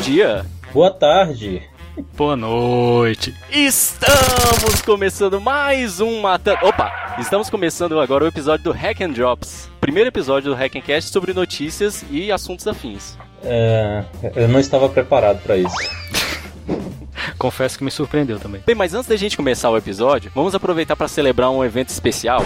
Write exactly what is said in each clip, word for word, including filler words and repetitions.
dia. Boa tarde. Boa noite. Estamos começando mais um Matando... Opa! Estamos começando agora o episódio do Hack and Drops. Primeiro episódio do Hack and Cast sobre notícias e assuntos afins. É, eu não estava preparado para isso. Confesso que me surpreendeu também. Bem, mas antes da gente começar o episódio, vamos aproveitar para celebrar um evento especial.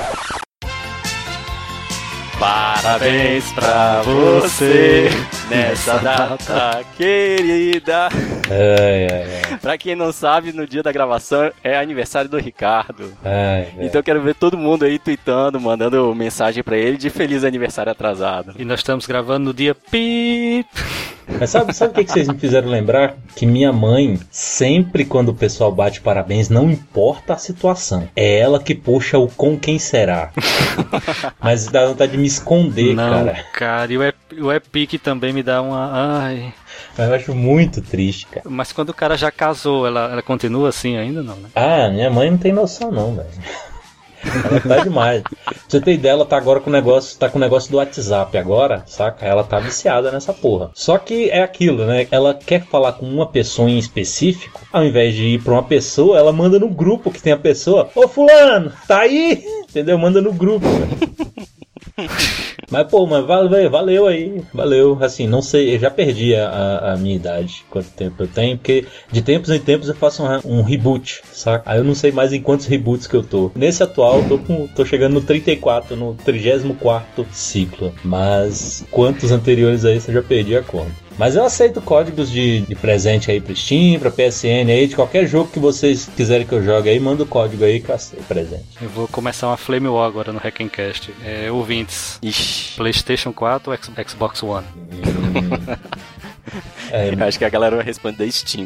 Parabéns pra você nessa data querida. Ai, ai, ai. Pra quem não sabe, no dia da gravação é aniversário do Ricardo. Ai, então eu quero ver todo mundo aí tweetando, mandando mensagem pra ele de feliz aniversário atrasado. E nós estamos gravando no dia pip. Mas sabe, sabe o que, que vocês me fizeram lembrar? Que minha mãe, sempre quando o pessoal bate parabéns, não importa a situação, é ela que puxa o com quem será. Mas dá vontade de me esconder, não, cara. Cara, e o, ep, o Epic também me dá uma... Ai... Eu acho muito triste, cara. Mas quando o cara já casou, ela, ela continua assim ainda, não, né? Ah, minha mãe não tem noção não, velho. Ela tá demais. Pra você ter ideia, ela tá agora com o negócio, tá com o negócio do WhatsApp agora, saca? Ela tá viciada nessa porra. Só que é aquilo, né? Ela quer falar com uma pessoa em específico, ao invés de ir pra uma pessoa, ela manda no grupo que tem a pessoa. Ô fulano, tá aí? Entendeu? Manda no grupo, velho. Mas pô, mas valeu, valeu aí, valeu, assim, não sei, eu já perdi a, a minha idade, quanto tempo eu tenho, porque de tempos em tempos eu faço um, um reboot, saca? Aí eu não sei mais em quantos reboots que eu tô. Nesse atual eu tô, com, tô chegando no trinta e quatro, no trigésimo quarto ciclo, mas quantos anteriores aí eu já perdi a conta. Mas eu aceito códigos de, de presente aí pro Steam, pra P S N aí, de qualquer jogo que vocês quiserem que eu jogue aí, manda o código aí que eu aceito presente. Eu vou começar uma Flame War agora no Hackencast. É, ouvintes. Ixi. PlayStation quatro ou Xbox One? Hum. é, eu acho que a galera vai responder da Steam.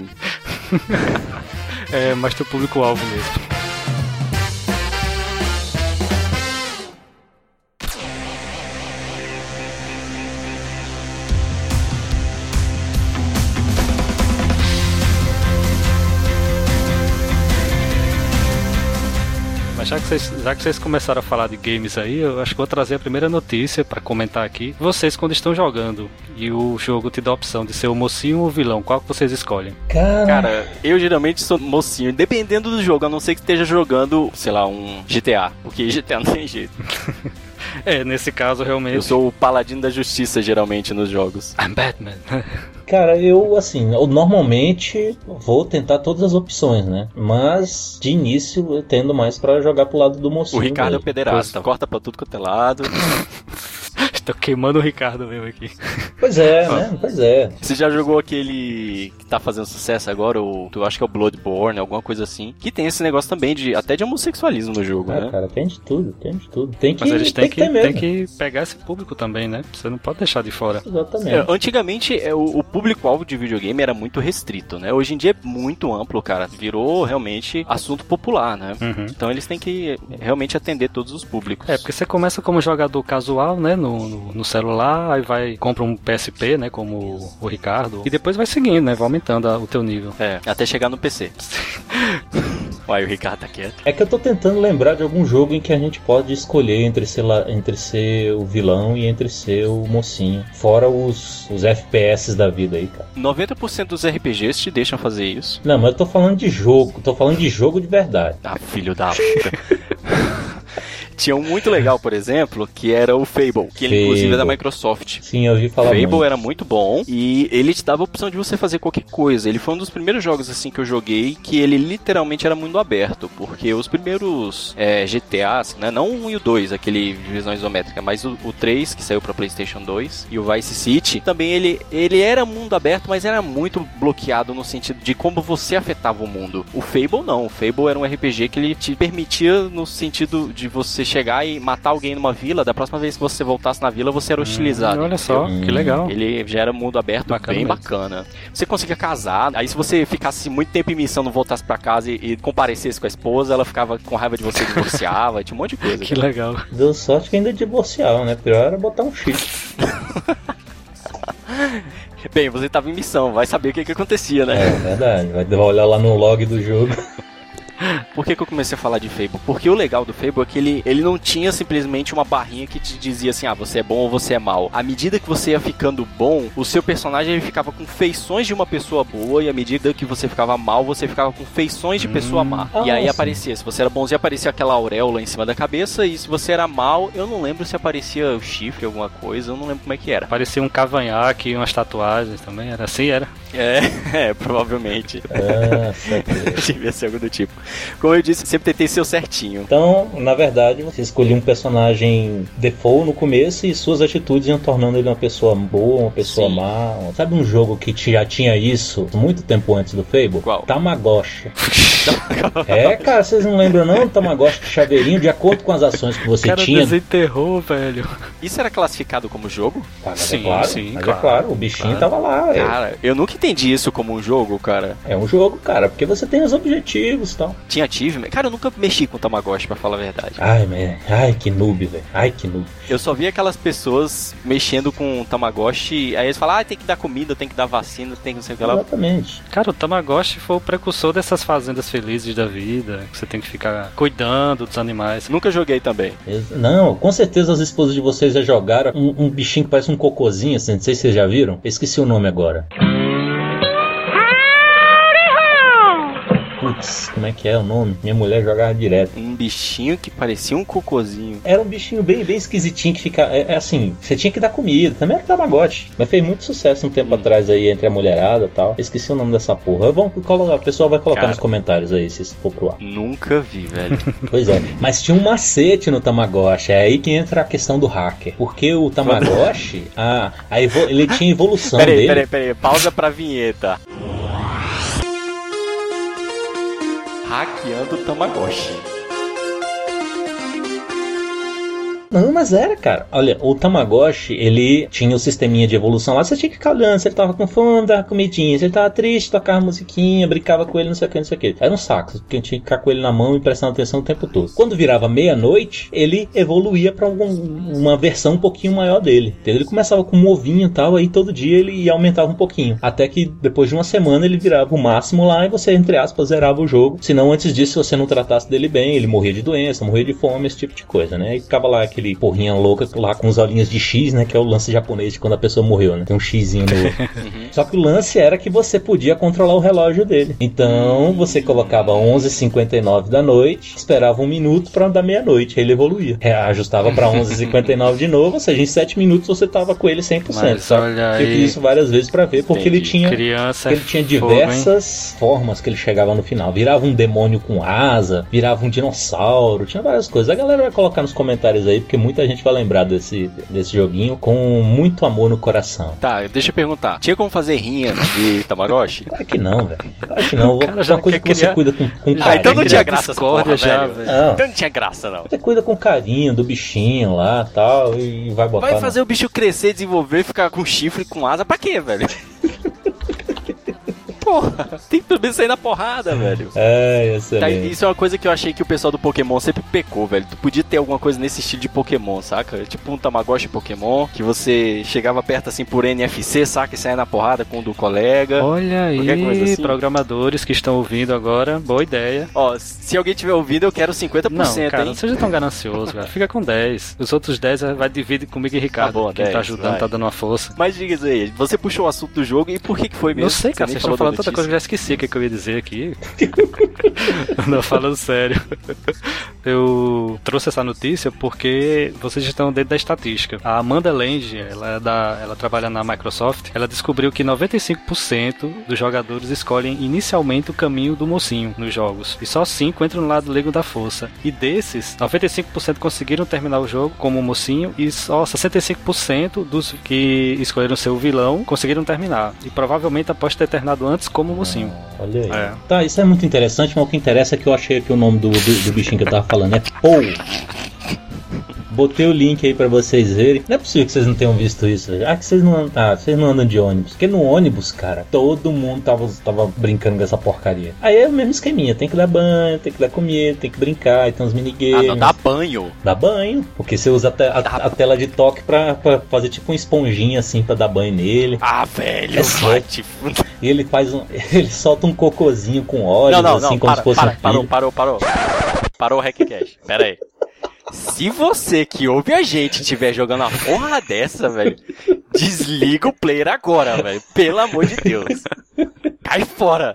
É, mas teu público-alvo mesmo. Já que, vocês, já que vocês começaram a falar de games aí, eu acho que vou trazer a primeira notícia pra comentar aqui. Vocês, quando estão jogando e o jogo te dá a opção de ser o mocinho ou o vilão, qual que vocês escolhem? Cara... Cara, eu geralmente sou mocinho, dependendo do jogo, a não ser que esteja jogando, sei lá, um G T A, porque G T A não tem jeito. É, nesse caso, realmente... Eu sou o paladino da justiça, geralmente, nos jogos. I'm Batman. Cara, eu, assim, eu normalmente vou tentar todas as opções, né? Mas, de início, eu tendo mais pra jogar pro lado do mocinho. O Ricardo mesmo. é o pederasta, Pois... corta pra tudo quanto é lado. Tô queimando o Ricardo mesmo aqui. Pois é, né? Pois é. Você já jogou aquele que tá fazendo sucesso agora, ou eu acho que é o Bloodborne, alguma coisa assim, que tem esse negócio também de até de homossexualismo no jogo, Ah, né? cara, tem de tudo, tem de tudo. Tem que, Mas eles têm tem que, que, ter mesmo. tem que pegar esse público também, né? Você não pode deixar de fora. Exatamente. É, antigamente, é, o, o público-alvo de videogame era muito restrito, né? Hoje em dia é muito amplo, cara. Virou realmente assunto popular, né? Uhum. Então eles têm que realmente atender todos os públicos. É, porque você começa como jogador casual, né? No, no, no celular, aí vai, compra um P S P, né? Como o, o Ricardo. E depois vai seguindo, né? Vai aumentando a, o teu nível. É, até chegar no P C. Uai, o Ricardo tá quieto. É que eu tô tentando lembrar de algum jogo em que a gente pode escolher entre ser, la... entre ser o vilão e entre ser o mocinho. Fora os, os F P S da vida aí, cara. noventa por cento dos R P Gs te deixam fazer isso. Não, mas eu tô falando de jogo. Tô falando de jogo de verdade. Ah, filho da puta. Tinha um muito legal, por exemplo, que era o Fable, que ele Fable. inclusive é da Microsoft. Sim, eu ouvi falar Fable muito. era muito bom e ele te dava a opção de você fazer qualquer coisa. Ele foi um dos primeiros jogos assim que eu joguei que ele literalmente era mundo aberto, porque os primeiros é, G T As, né, não o um e o dois, aquele de visão isométrica, mas o, o três, que saiu pra PlayStation dois, e o Vice City, também ele, ele era mundo aberto, mas era muito bloqueado no sentido de como você afetava o mundo. O Fable não, o Fable era um R P G que ele te permitia no sentido de você chegar e matar alguém numa vila, da próxima vez que você voltasse na vila, você era hostilizado. Hum, olha só, Hum. que legal. Ele já era mundo aberto, Bacana bem mesmo. bacana. Você conseguia casar, aí se você ficasse muito tempo em missão, não voltasse pra casa e, e comparecesse com a esposa, ela ficava com raiva de você e divorciava, tinha um monte de coisa. Que cara. legal. Deu sorte que ainda divorciaram, né? Pior era botar um chip. Bem, você tava em missão, vai saber o que que acontecia, né? É verdade. Vai olhar lá no log do jogo. Por que que eu comecei a falar de Fable? Porque o legal do Fable é que ele, ele não tinha simplesmente uma barrinha que te dizia assim, ah, você é bom ou você é mal. À medida que você ia ficando bom, o seu personagem ele ficava com feições de uma pessoa boa, e à medida que você ficava mal, você ficava com feições de pessoa má. Ah, e aí sim. aparecia, se você era bonzinho, aparecia aquela auréola em cima da cabeça, e se você era mal, eu não lembro se aparecia o chifre, alguma coisa, eu não lembro como é que era. Parecia um cavanhaque e umas tatuagens também, era assim, era? É, é provavelmente. Ah, certo. Devia ser algo do tipo. Como eu disse, sempre tentei ser o certinho. Então, na verdade, você escolhia um personagem default no começo e suas atitudes iam tornando ele uma pessoa boa, uma pessoa Sim. má. Sabe um jogo que já tinha isso muito tempo antes do Fable? Qual? Tamagotchi. É, cara, vocês não lembram não? Tamagotchi de chaveirinho, de acordo com as ações que você O cara tinha. desenterrou, velho. Isso era classificado como jogo? Ah, mas Sim, é claro, sim, mas claro. é claro, o bichinho Claro. tava lá. É, Cara, eu nunca entendi isso como um jogo, cara. é um jogo, cara, porque você tem os objetivos e tal. Tinha achievement? Cara, eu nunca mexi com Tamagotchi, pra falar a verdade. Ai, man. Ai, que noob, velho. Ai, que noob. Eu só vi aquelas pessoas mexendo com Tamagotchi, aí eles falam, ah, tem que dar comida, tem que dar vacina, tem que não sei o que lá. Exatamente. Cara, o Tamagotchi foi o precursor dessas fazendas felizes da vida, que você tem que ficar cuidando dos animais. Nunca joguei também. Ex- Não, com certeza as esposas de vocês já jogaram um, um bichinho que parece um cocôzinho, assim, não sei se vocês já viram. Eu esqueci o nome agora. Putz, como é que é o nome? Minha mulher jogava direto. Um bichinho que parecia um cocôzinho. Era um bichinho bem, bem esquisitinho que fica. É, é assim, você tinha que dar comida. Também era Tamagotchi. Mas fez muito sucesso um tempo Hum. atrás aí entre a mulherada e tal. Eu esqueci o nome dessa porra. Vamos colocar, o pessoal vai colocar Cara. nos comentários aí se for pro ar. Nunca vi, velho. Pois é. Mas tinha um macete no Tamagotchi. É aí que entra a questão do hacker. Porque o Tamagotchi, a, a evo- ele tinha evolução Peraí, dele. peraí, peraí. Pausa pra vinheta. Hackeando o Tamagotchi. Não, mas era, cara. Olha, o Tamagotchi, ele tinha o sisteminha de evolução lá. Você tinha que ficar olhando. Se ele tava com fome, dava comidinha. Se ele tava triste, tocava musiquinha, brincava com ele, não sei o que, não sei o que. Era um saco, porque eu tinha que ficar com ele na mão e prestando atenção o tempo todo. Quando virava meia-noite, ele evoluía pra algum, uma versão um pouquinho maior dele. Entendeu? Ele começava com um ovinho e tal, aí todo dia ele aumentava um pouquinho. Até que depois de uma semana ele virava o máximo lá e você, entre aspas, zerava o jogo. Senão, antes disso, se você não tratasse dele bem, ele morria de doença, morria de fome, esse tipo de coisa, né? E ficava lá aquele porrinha louca lá com os olhinhos de X, né? Que é o lance japonês de quando a pessoa morreu, né? Tem um xizinho no... Uhum. Só que o lance era que você podia controlar o relógio dele. Então, você colocava onze e cinquenta e nove da noite, esperava um minuto pra dar meia-noite, aí ele evoluía. É, ajustava pra onze e cinquenta e nove de novo, ou seja, em sete minutos você tava com ele cem por cento. Mas Sabe? olha Eu aí. fiz isso várias vezes pra ver, porque Entendi. ele tinha... Criança Ele tinha é fogo, hein? diversas formas que ele chegava no final. Virava um demônio com asa, virava um dinossauro, tinha várias coisas. A galera vai colocar nos comentários aí, porque muita gente vai lembrar desse, desse joguinho com muito amor no coração. Tá, deixa eu perguntar. Tinha como fazer rinha de Tamagotchi? Claro que não, velho. Claro que não. cara É já uma coisa quer que você criar- cuida com, com Já carinho. Ah, então não quer tinha criar graça essa discórdia porra, já, velho. velho. Não. Então não tinha graça, não. Você cuida com carinho do bichinho lá e tal, e vai botar... Vai na- fazer o bicho crescer, desenvolver, ficar com chifre, com asa, pra quê, velho? Porra, tem que pelo menos sair na porrada, velho. É, Tá, excelente. isso é uma coisa que eu achei que o pessoal do Pokémon sempre pecou, velho. Tu podia ter alguma coisa nesse estilo de Pokémon, saca? Tipo um Tamagotchi Pokémon, que você chegava perto assim por N F C, saca? E saia na porrada com o do colega. Olha Qualquer coisa aí, assim. programadores que estão ouvindo agora, boa ideia. Ó, se alguém tiver ouvindo, eu quero cinquenta por Não, cento, cara, hein? não seja tão ganancioso, velho. Fica com dez. Os outros dez vai dividir comigo e Ricardo. Tá bom, Quem dez, tá ajudando, vai. tá dando uma força. Mas diga aí, você puxou o assunto do jogo e por que que foi mesmo? Não sei, Você cara, nem vocês falou estão falando da tanta coisa que eu já esqueci o que, que eu ia dizer aqui. Não, falando sério. Eu trouxe essa notícia porque vocês estão dentro da estatística. A Amanda Lange, ela, é da, ela trabalha na Microsoft, ela descobriu que noventa e cinco por cento dos jogadores escolhem inicialmente o caminho do mocinho nos jogos. E só cinco entram no lado leigo da força. E desses, noventa e cinco por cento conseguiram terminar o jogo como mocinho e só sessenta e cinco por cento dos que escolheram ser o vilão conseguiram terminar. E provavelmente após ter terminado antes como mocinho. Olha aí. É. Tá, isso é muito interessante, mas o que interessa é que eu achei que o nome do, do, do bichinho que eu tava falando é Paul. Botei o link aí pra vocês verem. Não é possível que vocês não tenham visto isso. Ah, que vocês não, ah, vocês não andam de ônibus. Porque no ônibus, cara, todo mundo tava, tava brincando com essa porcaria. Aí é o mesmo esqueminha. Tem que dar banho, tem que dar comida, tem que brincar, tem uns minigames. Ah, não, dá banho. Dá banho. Porque você usa a, te, a, a tela de toque pra, pra fazer tipo uma esponjinha assim pra dar banho nele. Ah, velho, é vai te fuder. E ele faz um. Ele solta um cocôzinho com óleo, não, não, assim, não, como para, se fosse para, um parou, filho. parou, parou. Parou o Hackcast. Pera aí. Se você que ouve a gente estiver jogando uma porra dessa, velho, desliga o player agora, velho. Pelo amor de Deus. Cai fora.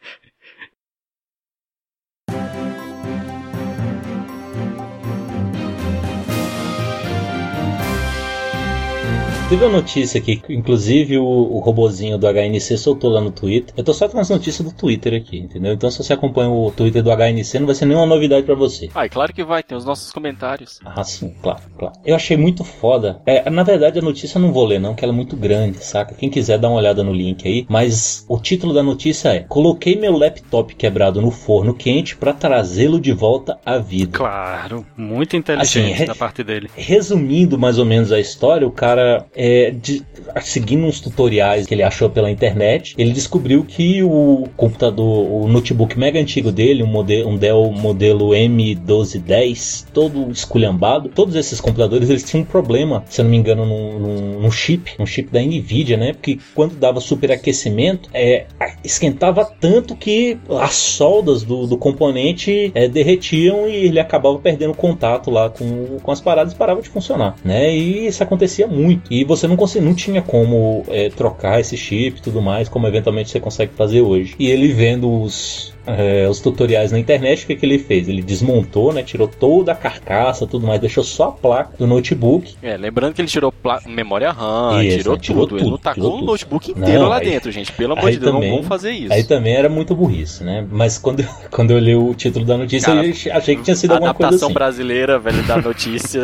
Teve uma notícia aqui, inclusive o, o robozinho do H N C soltou lá no Twitter. Eu tô só com as notícias do Twitter aqui, entendeu? Então se você acompanha o Twitter do H N C, não vai ser nenhuma novidade pra você. Ah, claro que vai, tem os nossos comentários. Ah, sim, claro, claro. Eu achei muito foda. É, na verdade, a notícia eu não vou ler não, que ela é muito grande, saca? Quem quiser dar uma olhada no link aí. Mas o título da notícia é: coloquei meu laptop quebrado no forno quente pra trazê-lo de volta à vida. Claro, muito inteligente assim, da parte dele. Resumindo mais ou menos a história, o cara... É, de, seguindo uns tutoriais que ele achou pela internet, ele descobriu que o computador, o notebook mega antigo dele, um, modelo, um Dell modelo M doze dez, todo esculhambado, todos esses computadores eles tinham um problema, se eu não me engano, num, num, num chip, um chip da Nvidia, né? Porque quando dava superaquecimento, é, esquentava tanto que as soldas do, do componente é, derretiam e ele acabava perdendo contato lá com, com as paradas e parava de funcionar, né? E isso acontecia muito. E você não, consegui, não tinha como é, trocar esse chip e tudo mais, como eventualmente você consegue fazer hoje. E ele vendo os... É, os tutoriais na internet, o que, que ele fez? Ele desmontou, né? Tirou toda a carcaça, tudo mais, deixou só a placa do notebook. É, lembrando que ele tirou pla- memória RAM, isso, tirou, tirou tudo. tudo. Ele não tacou o tudo. notebook inteiro não, lá aí, dentro, gente. Pelo amor de Deus, também, não vamos fazer isso. Aí também era muito burrice, né? Mas quando, quando eu li o título da notícia, Cara, eu achei que tinha sido alguma coisa assim. Adaptação brasileira, velho, da notícia.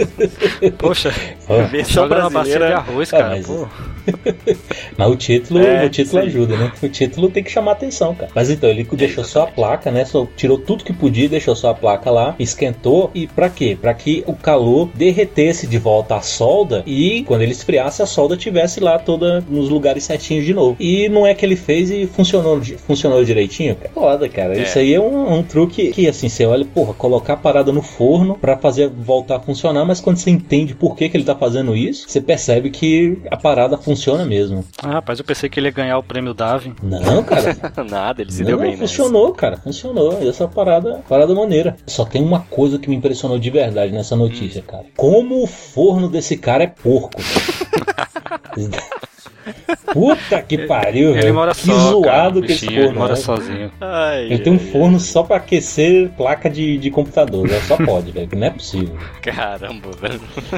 Poxa, oh. Versão joga na bacia de brasileira. arroz, Ah, cara. mas- Pô. Mas o título, É, o título sim. ajuda, né? O título tem que chamar atenção, cara. Mas então, ele deixou só a placa, né? Só tirou tudo que podia, deixou só a placa lá, esquentou. E pra quê? Pra que o calor derretesse de volta a solda e quando ele esfriasse, a solda tivesse lá toda nos lugares certinhos de novo. E não é que ele fez e funcionou, funcionou direitinho, cara. Foda, cara. É. Isso aí é um, um truque que, assim, você olha, porra, colocar a parada no forno pra fazer voltar a funcionar, mas quando você entende por que, que ele tá fazendo isso, você percebe que a parada funciona mesmo. Ah, rapaz, eu pensei que ele ia ganhar o prêmio Darwin. Não, cara. Nada, ele se Não, deu bem, né? funcionou, cara, funcionou. Essa parada, parada maneira. Só tem uma coisa que me impressionou de verdade nessa notícia, Hum. cara. Como o forno desse cara é porco, velho. Puta que pariu, Ele velho. mora Que só, zoado cara, que esse bichinho, ele forno mora é. sozinho. Ai, Ele tem um ai, forno só pra aquecer placa de, de computador, né? Só pode, velho. Não é possível. Caramba, velho.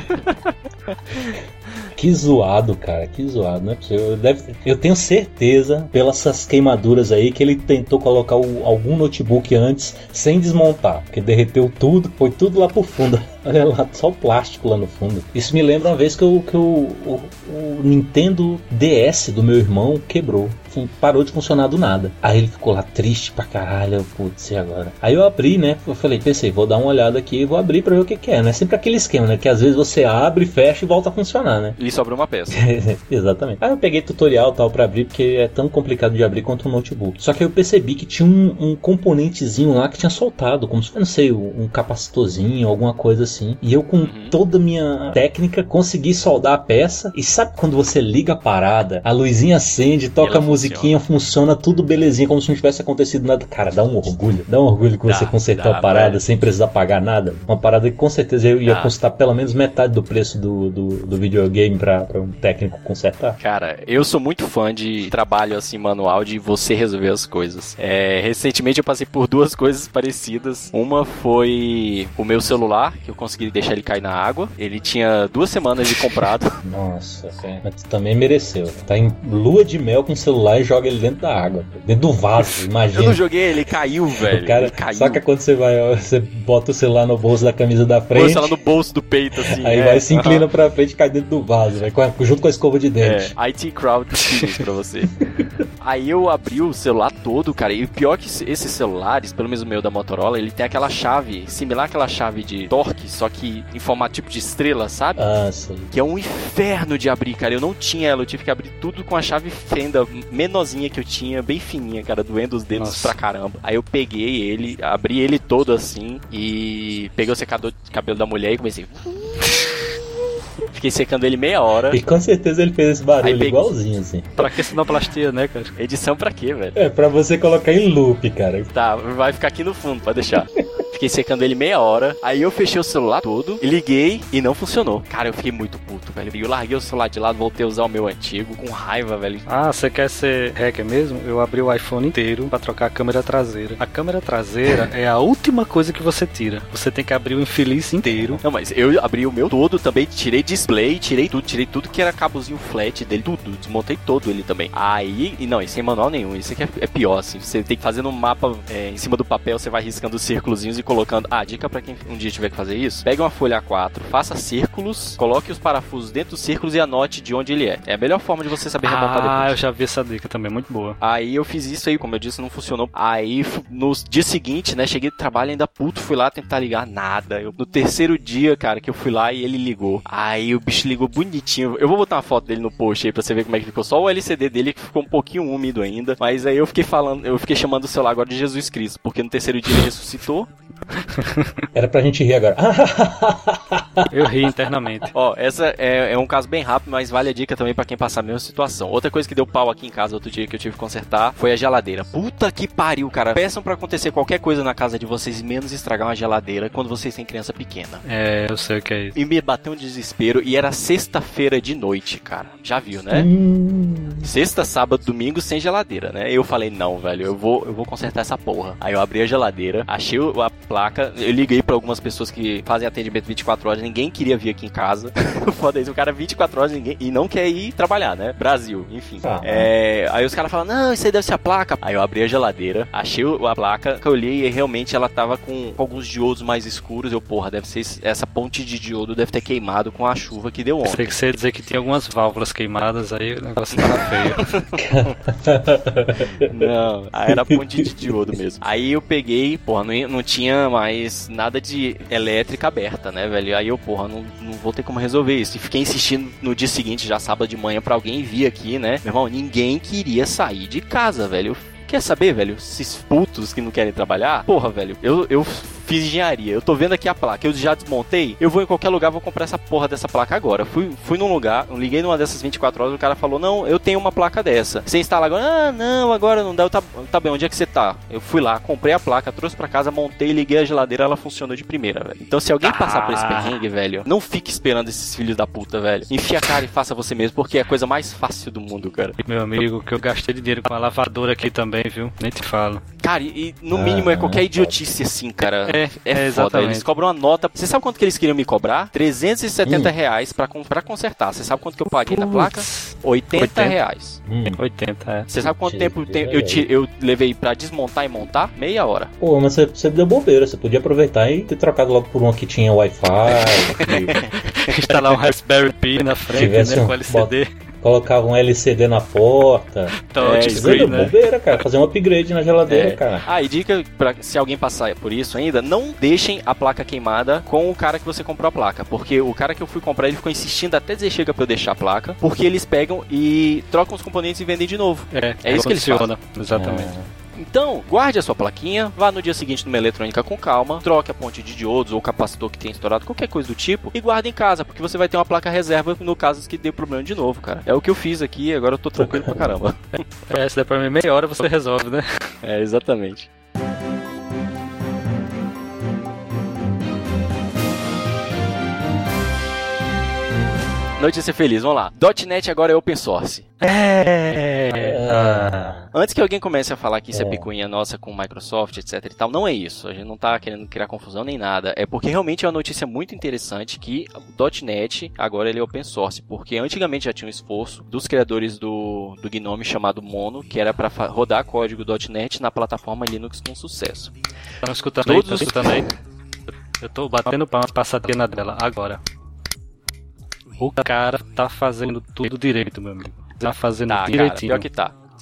Que zoado, cara, que zoado, não é possível. Deve, eu tenho certeza, pelas essas queimaduras aí, que ele tentou colocar o, algum notebook antes sem desmontar, porque derreteu tudo, foi tudo lá pro fundo. Olha lá, só o plástico lá no fundo. Isso me lembra uma vez que, eu, que eu, o, o Nintendo D S do meu irmão quebrou. Assim, parou de funcionar do nada. Aí ele ficou lá triste pra caralho. Putz, e agora? Aí eu abri, né? Eu falei, pensei, vou dar uma olhada aqui e vou abrir pra ver o que, que é. Não é sempre aquele esquema, né? Que às vezes você abre, fecha e volta a funcionar, né? E sobra uma peça. Exatamente. Aí eu peguei tutorial e tal pra abrir, porque é tão complicado de abrir quanto um notebook. Só que aí eu percebi que tinha um, um componentezinho lá que tinha soltado, como se fosse, não sei, um capacitorzinho, alguma coisa assim. E eu, com uhum. toda a minha técnica, consegui soldar a peça. E sabe quando você liga a parada, a luzinha acende, toca a musiquinha, funciona. funciona tudo belezinha, como se não tivesse acontecido nada. Cara, dá um orgulho. Dá um orgulho que você dá, consertou dá, a parada velho. sem precisar pagar nada. Uma parada que com certeza eu ia dá. custar pelo menos metade do preço do, do, do videogame pra, pra um técnico consertar. Cara, eu sou muito fã de trabalho assim manual, de você resolver as coisas. É, recentemente eu passei por duas coisas parecidas. Uma foi o meu celular, que eu consegui deixar ele cair na água. Ele tinha duas semanas de comprado. Nossa, cara. Mas tu também mereceu. Tá em lua de mel com o celular e joga ele dentro da água. Dentro do vaso, imagina. Eu não joguei, ele caiu, velho. O cara, ele caiu. Saca quando você vai, ó, você bota o celular no bolso da camisa da frente. Põe lá no bolso do peito, assim. Aí é, vai, se inclina uh-huh. pra frente e cai dentro do vaso, véio, junto com a escova de dente. É, I T Crowd pra você. Aí eu abri o celular todo, cara, e o pior que esses celulares, pelo menos o meu da Motorola, ele tem aquela chave, similar àquela chave de torque, só que em formato tipo de estrela, sabe? Ah, sim. Que é um inferno de abrir, cara. Eu não tinha ela, eu tive que abrir tudo com a chave fenda menorzinha que eu tinha, bem fininha, cara, doendo os dedos Nossa. pra caramba. Aí eu peguei ele, abri ele todo assim e peguei o secador de cabelo da mulher e comecei... Fiquei secando ele meia hora. E com certeza ele fez esse barulho peguei... igualzinho, assim. Pra que sonoplastia, né, cara? Edição pra quê, velho? É, pra você colocar em loop, cara. Tá, vai ficar aqui no fundo, pode deixar. Fiquei secando ele meia hora. Aí eu fechei o celular todo, liguei e não funcionou. Cara, eu fiquei muito puto, velho. Eu larguei o celular de lado, voltei a usar o meu antigo com raiva, velho. Ah, você quer ser hacker mesmo? Eu abri o iPhone inteiro pra trocar a câmera traseira. A câmera traseira é a última coisa que você tira. Você tem que abrir o infeliz inteiro. Não, mas eu abri o meu todo também, tirei display, tirei tudo, tirei tudo que era cabozinho flat dele, tudo. Desmontei todo ele também. Aí, e não, e sem manual nenhum. Isso aqui é, é pior, assim. Você tem que fazer no mapa, é, em cima do papel, você vai riscando os círculozinhos e colocando. Ah, dica pra quem um dia tiver que fazer isso: pegue uma folha A quatro, faça círculos, coloque os parafusos dentro dos círculos e anote de onde ele é. É a melhor forma de você saber remontar depois. Ah, eu já vi essa dica também, muito boa. Aí eu fiz isso aí, como eu disse, não funcionou. Aí no dia seguinte, né, cheguei do trabalho ainda puto, fui lá tentar ligar, nada. Eu, no terceiro dia, cara, que eu fui lá e ele ligou. Aí o bicho ligou bonitinho. Eu vou botar uma foto dele no post aí pra você ver como é que ficou. Só o L C D dele que ficou um pouquinho úmido ainda. Mas aí eu fiquei falando, eu fiquei chamando o celular agora de Jesus Cristo, porque no terceiro dia ele ressuscitou. Era pra gente rir agora. Eu ri internamente. Ó, essa é, é um caso bem rápido, mas vale a dica também pra quem passar a mesma situação. Outra coisa que deu pau aqui em casa outro dia que eu tive que consertar foi a geladeira. Puta que pariu, cara. Peçam pra acontecer qualquer coisa na casa de vocês, menos estragar uma geladeira quando vocês têm criança pequena. É, eu sei o que é isso. E me bateu um desespero e era sexta-feira de noite, cara. Já viu, né? Hum. Sexta, sábado, domingo sem geladeira, né? Eu falei, não, velho, eu vou, eu vou consertar essa porra. Aí eu abri a geladeira, achei a placa, eu liguei pra algumas pessoas que fazem atendimento vinte e quatro horas, ninguém queria vir aqui em casa. Foda isso, o cara vinte e quatro horas ninguém, e não quer ir trabalhar, né? Brasil, enfim. Ah, é, aí os caras falam, não, isso aí deve ser a placa. Aí eu abri a geladeira, achei a placa, que eu olhei e realmente ela tava com alguns diodos mais escuros. Eu, porra, deve ser essa ponte de diodo deve ter queimado com a chuva que deu ontem. Sei que você ia dizer que tinha algumas válvulas queimadas, aí o negócio tava feio. Não, aí era ponte de diodo mesmo. Aí eu peguei, porra, não, não tinha mais nada de elétrica aberta, né, velho? Aí eu, porra, não, não vou ter como resolver isso. E fiquei insistindo no dia seguinte, já sábado de manhã, pra alguém vir aqui, né? Meu irmão, ninguém queria sair de casa, velho. Quer saber, velho? Esses putos que não querem trabalhar? Porra, velho, eu, eu fiz engenharia. Eu tô vendo aqui a placa. Eu já desmontei. Eu vou em qualquer lugar, vou comprar essa porra dessa placa agora. Fui, fui num lugar, liguei numa dessas vinte e quatro horas, o cara falou, não, eu tenho uma placa dessa. Você instala agora? Ah, não, agora não dá. Eu, tá, tá bem, onde é que você tá? Eu fui lá, comprei a placa, trouxe pra casa, montei, liguei a geladeira, ela funcionou de primeira, velho. Então se alguém passar por esse perrengue, velho, não fique esperando esses filhos da puta, velho. Enfia a cara e faça você mesmo, porque é a coisa mais fácil do mundo, cara. Meu amigo, que eu gastei de dinheiro com a lavadora aqui também, viu? Nem te falo. Cara, e, e no mínimo ah, é qualquer idiotice assim, cara. É, é, é foda. Eles cobram uma nota. Você sabe quanto que eles queriam me cobrar? trezentos e setenta reais pra, pra consertar. Você sabe quanto que eu paguei Puts. na placa? oitenta reais. Hum. oitenta, é. Você sabe quanto tempo eu, eu, eu levei pra desmontar e montar? Meia hora. Pô, mas você, você deu bobeira. Você podia aproveitar e ter trocado logo por uma que tinha Wi-Fi. Instalar um Raspberry Pi na frente, né, um, com L C D. Colocava um L C D na porta. Touchscreen, é, né? Bobeira, cara. Fazer um upgrade na geladeira, é. cara. Ah, e dica pra se alguém passar por isso ainda, não deixem a placa queimada com o cara que você comprou a placa. Porque o cara que eu fui comprar, ele ficou insistindo até dizer chega pra eu deixar a placa. Porque eles pegam e trocam os componentes e vendem de novo. É, é isso que eles fazem. Exatamente. É. Então, guarde a sua plaquinha, vá no dia seguinte numa eletrônica com calma, troque a ponte de diodos ou capacitor que tenha estourado, qualquer coisa do tipo, e guarde em casa, porque você vai ter uma placa reserva no caso que dê problema de novo, cara. É o que eu fiz aqui, agora eu tô tranquilo pra caramba. É, se der pra mim meia hora você resolve, né? É, exatamente. Notícia feliz, vamos lá. .NET agora é open source. É. Ah. Antes que alguém comece a falar que isso é, é picuinha nossa com Microsoft, etc e tal, não é isso. A gente não tá querendo criar confusão nem nada. É porque realmente é uma notícia muito interessante que o .NET agora ele é open source. Porque antigamente já tinha um esforço dos criadores do, do Gnome chamado Mono, que era para rodar código .NET na plataforma Linux com sucesso. Tá escutando aí? Tá escutando aí? Eu tô batendo palmas passadinha na dela agora. O cara tá fazendo tudo direito, meu amigo. Tá fazendo tá, direitinho. Cara, pior que tá.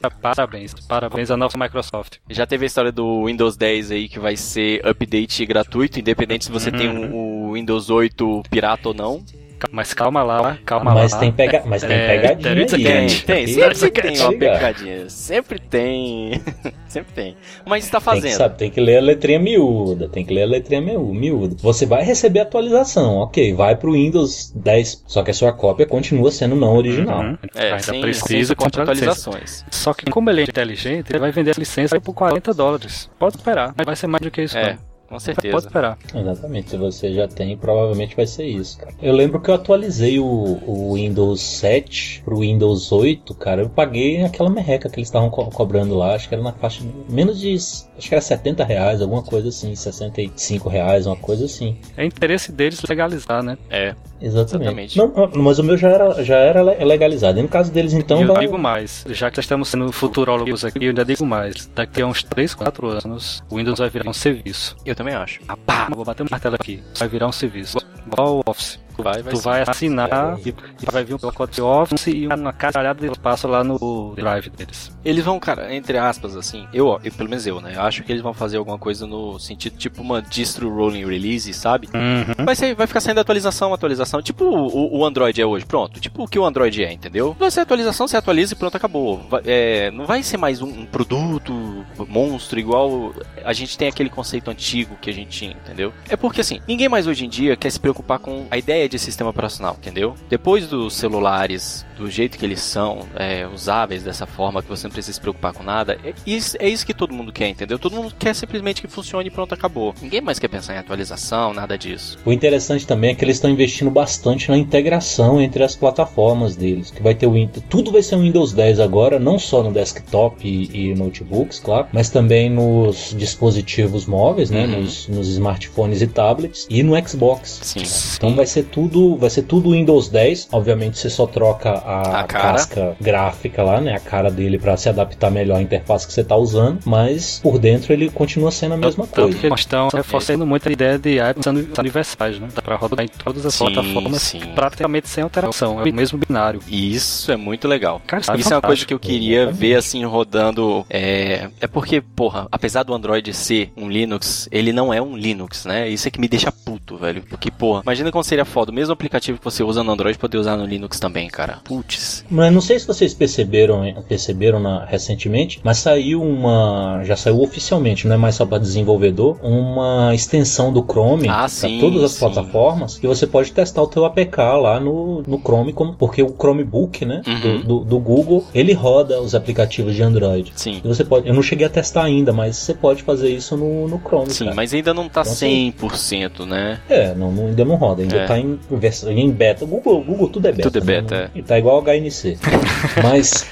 Parabéns, parabéns à nova Microsoft. Já teve a história do Windows dez aí que vai ser update gratuito, independente se você uhum. tem o um, Windows oito pirata ou não. Mas calma lá, calma mas lá. Tem pega... Mas tem é, pegadinha aí. Tem, tem, sempre tem uma pegadinha. Sempre tem. Sempre tem. Mas está fazendo. Tem que, sabe, tem que ler a letrinha miúda. Tem que ler a letrinha miúda. Você vai receber atualização, ok. Vai pro Windows dez. Só que a sua cópia continua sendo não original. Uhum. É, ainda sem, precisa com atualizações. Só que como ele é inteligente, ele vai vender a licença por quarenta dólares. Pode esperar. Vai ser mais do que isso. É. Não. Com certeza. Pode esperar. Exatamente, se você já tem, provavelmente vai ser isso, cara. Eu lembro que eu atualizei o, o Windows sete pro Windows oito, cara. Eu paguei aquela merreca que eles estavam co- cobrando lá. Acho que era na faixa de menos de... Acho que era setenta reais, alguma coisa assim. sessenta e cinco reais, uma coisa assim. É interesse deles legalizar, né? É. Exatamente. Não, mas o meu já era, já era legalizado. E no caso deles, então... Eu vai... digo mais. Já que estamos sendo futurólogos aqui, eu ainda digo mais. Daqui a uns três, quatro anos, o Windows vai virar um serviço. Eu também acho. Ah, pá, vou bater um martelo aqui. Vai virar um serviço. Igual o Office. Vai, vai tu sim. vai assinar é. e vai vir um pacote de Office e uma caralhada de espaço lá no drive deles. Eles vão, cara, entre aspas, assim, eu, eu pelo menos eu, né, eu acho que eles vão fazer alguma coisa no sentido, tipo uma distro rolling release, sabe? Uhum. Vai, ser, vai ficar saindo atualização, atualização, tipo o, o Android é hoje, pronto, tipo o que o Android é, entendeu? Vai ser atualização, você atualiza e pronto, acabou. Vai, é, não vai ser mais um, um produto monstro igual a gente tem aquele conceito antigo que a gente tinha, entendeu? É porque, assim, ninguém mais hoje em dia quer se preocupar com a ideia de sistema operacional, entendeu? Depois dos celulares, do jeito que eles são, é, usáveis dessa forma, que você não precisa se preocupar com nada, é isso, é isso que todo mundo quer, entendeu? Todo mundo quer simplesmente que funcione e pronto, acabou. Ninguém mais quer pensar em atualização, nada disso. O interessante também é que eles estão investindo bastante na integração entre as plataformas deles, que vai ter o Windows, tudo vai ser o Windows dez agora, não só no desktop e, e notebooks, claro, mas também nos dispositivos móveis, né, uhum. nos, nos smartphones e tablets, e no Xbox. Sim. Então vai ser tudo vai ser tudo Windows dez. Obviamente você só troca a, a casca gráfica lá, né? A cara dele para se adaptar melhor à interface que você tá usando, mas por dentro ele continua sendo a mesma Tanto coisa. Que eles estão reforçando muito a ideia de apps universais, né? Dá pra rodar em todas as sim, plataformas sim. praticamente sem alteração. É o mesmo binário. Isso é muito legal. Cara, isso é, isso é uma coisa que eu queria é, ver assim rodando. É... é porque, porra, apesar do Android ser um Linux, ele não é um Linux, né? Isso é que me deixa puto, velho. Porque, porra, imagina como seria foda. O mesmo aplicativo que você usa no Android poder usar no Linux também, cara. Putz. Mas não sei se vocês perceberam, perceberam na, recentemente, mas saiu uma... Já saiu oficialmente, não é mais só para desenvolvedor, uma extensão do Chrome ah, para todas as sim. plataformas, e você pode testar o teu A P K lá no, no Chrome, como, porque o Chromebook, né, uhum. do, do, do Google, ele roda os aplicativos de Android. Sim. E você pode, eu não cheguei a testar ainda, mas você pode fazer isso no, no Chrome. Sim, cara. mas ainda não tá então, cem por cento, né? É, não, não, ainda não roda, ainda é. tá em, em beta. O Google, Google tudo é beta. Tudo é beta, né? é. E tá igual H N C. Mas...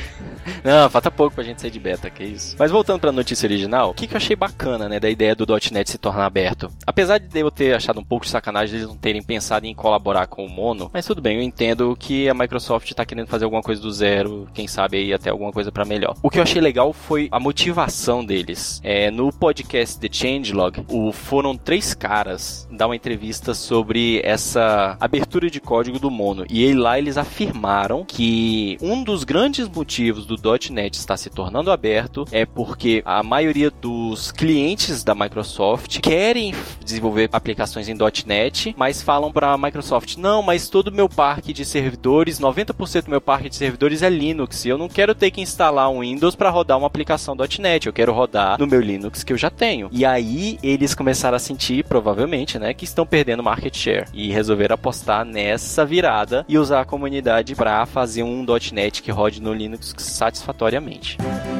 Não, falta pouco pra gente sair de beta, que isso. Mas voltando pra notícia original, o que, que eu achei bacana, né, da ideia do .ponto net se tornar aberto? Apesar de eu ter achado um pouco de sacanagem eles não terem pensado em colaborar com o Mono, mas tudo bem, eu entendo que a Microsoft tá querendo fazer alguma coisa do zero, quem sabe aí até alguma coisa pra melhor. O que eu achei legal foi a motivação deles. É, no podcast The Changelog, o, foram três caras dar uma entrevista sobre essa abertura de código do Mono, e aí, lá eles afirmaram que um dos grandes motivos do .ponto net está se tornando aberto é porque a maioria dos clientes da Microsoft querem desenvolver aplicações em .ponto net, mas falam para a Microsoft, não, mas todo o meu parque de servidores, noventa por cento do meu parque de servidores é Linux, e eu não quero ter que instalar um Windows para rodar uma aplicação .ponto net, eu quero rodar no meu Linux que eu já tenho. E aí eles começaram a sentir, provavelmente, né, que estão perdendo market share, e resolveram apostar nessa virada e usar a comunidade para fazer um .ponto net que rode no Linux satisfatoriamente.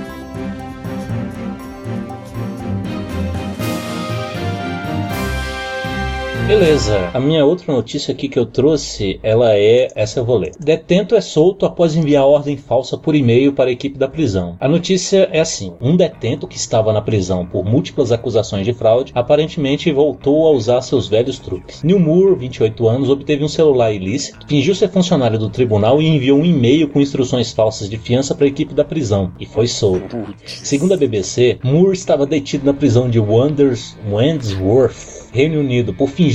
Beleza, a minha outra notícia aqui que eu trouxe, ela é, essa eu vou ler. Detento é solto após enviar ordem falsa por e-mail para a equipe da prisão. A notícia é assim, um detento que estava na prisão por múltiplas acusações de fraude, aparentemente voltou a usar seus velhos truques. Neil Moore, vinte e oito anos, obteve um celular ilícito, fingiu ser funcionário do tribunal e enviou um e-mail com instruções falsas de fiança para a equipe da prisão, e foi solto. Segundo a B B C, Moore estava detido na prisão de Wanders, Wandsworth, Reino Unido, por fingir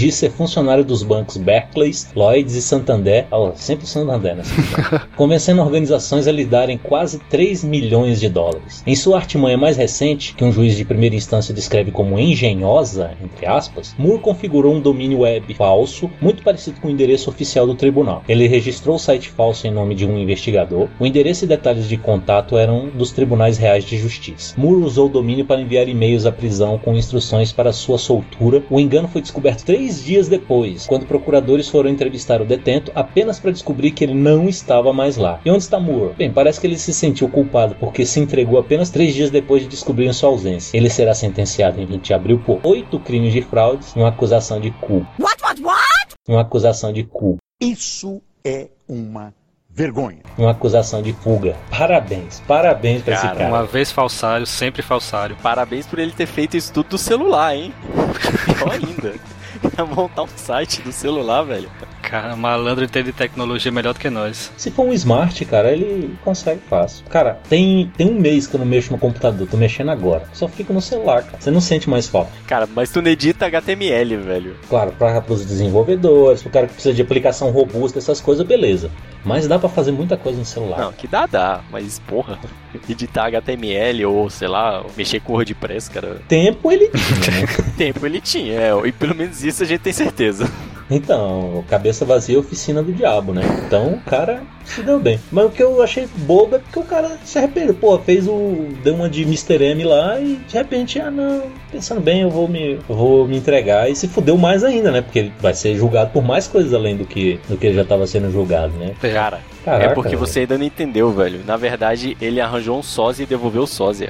fingir ser funcionário dos bancos Barclays, Lloyds e Santander, oh, sempre o Santander, né? Convencendo organizações a lhe darem quase três milhões de dólares. Em sua artimanha mais recente, que um juiz de primeira instância descreve como engenhosa, entre aspas, Moore configurou um domínio web falso, muito parecido com o endereço oficial do tribunal. Ele registrou o site falso em nome de um investigador. O endereço e detalhes de contato eram dos tribunais reais de justiça. Moore usou o domínio para enviar e-mails à prisão com instruções para sua soltura. O engano foi descoberto três dias depois, quando procuradores foram entrevistar o detento apenas para descobrir que ele não estava mais lá. E onde está Moore? Bem, parece que ele se sentiu culpado porque se entregou apenas três dias depois de descobrir sua ausência. Ele será sentenciado em vinte de abril por oito crimes de fraudes e uma acusação de cu. What, what, what? Uma acusação de cu. Isso é uma vergonha. Uma acusação de fuga. Parabéns, parabéns pra Cara, esse cara. Uma vez falsário, sempre falsário. Parabéns por ele ter feito isso tudo do celular, hein? Pior ainda. Montar um site do celular, velho. Cara, malandro entende tecnologia melhor do que nós. Se for um smart, cara, ele consegue fácil. Cara, tem, tem um mês que eu não mexo no computador, tô mexendo agora. Só fico no celular, cara. Você não sente mais falta. Cara, mas tu não edita H T M L, velho. Claro, para os desenvolvedores, pro cara que precisa de aplicação robusta, essas coisas, beleza. Mas dá pra fazer muita coisa no celular. Não, que dá, dá. Mas, porra, editar H T M L ou, sei lá, mexer com WordPress, cara... Tempo ele tinha, né? Tempo ele tinha, é. E pelo menos isso a gente tem certeza. Então, cabeça vazia é oficina do diabo, né? Então o cara se deu bem. Mas o que eu achei bobo é porque o cara se arrependeu. Pô, fez o... deu uma de mister M lá e de repente, ah não, pensando bem, eu vou me, eu vou me entregar. E se fudeu mais ainda, né? Porque ele vai ser julgado por mais coisas além do que, do que ele já estava sendo julgado, né? Cara, Caraca, é porque velho. você ainda não entendeu, velho. Na verdade, ele arranjou um sósia e devolveu o sósia.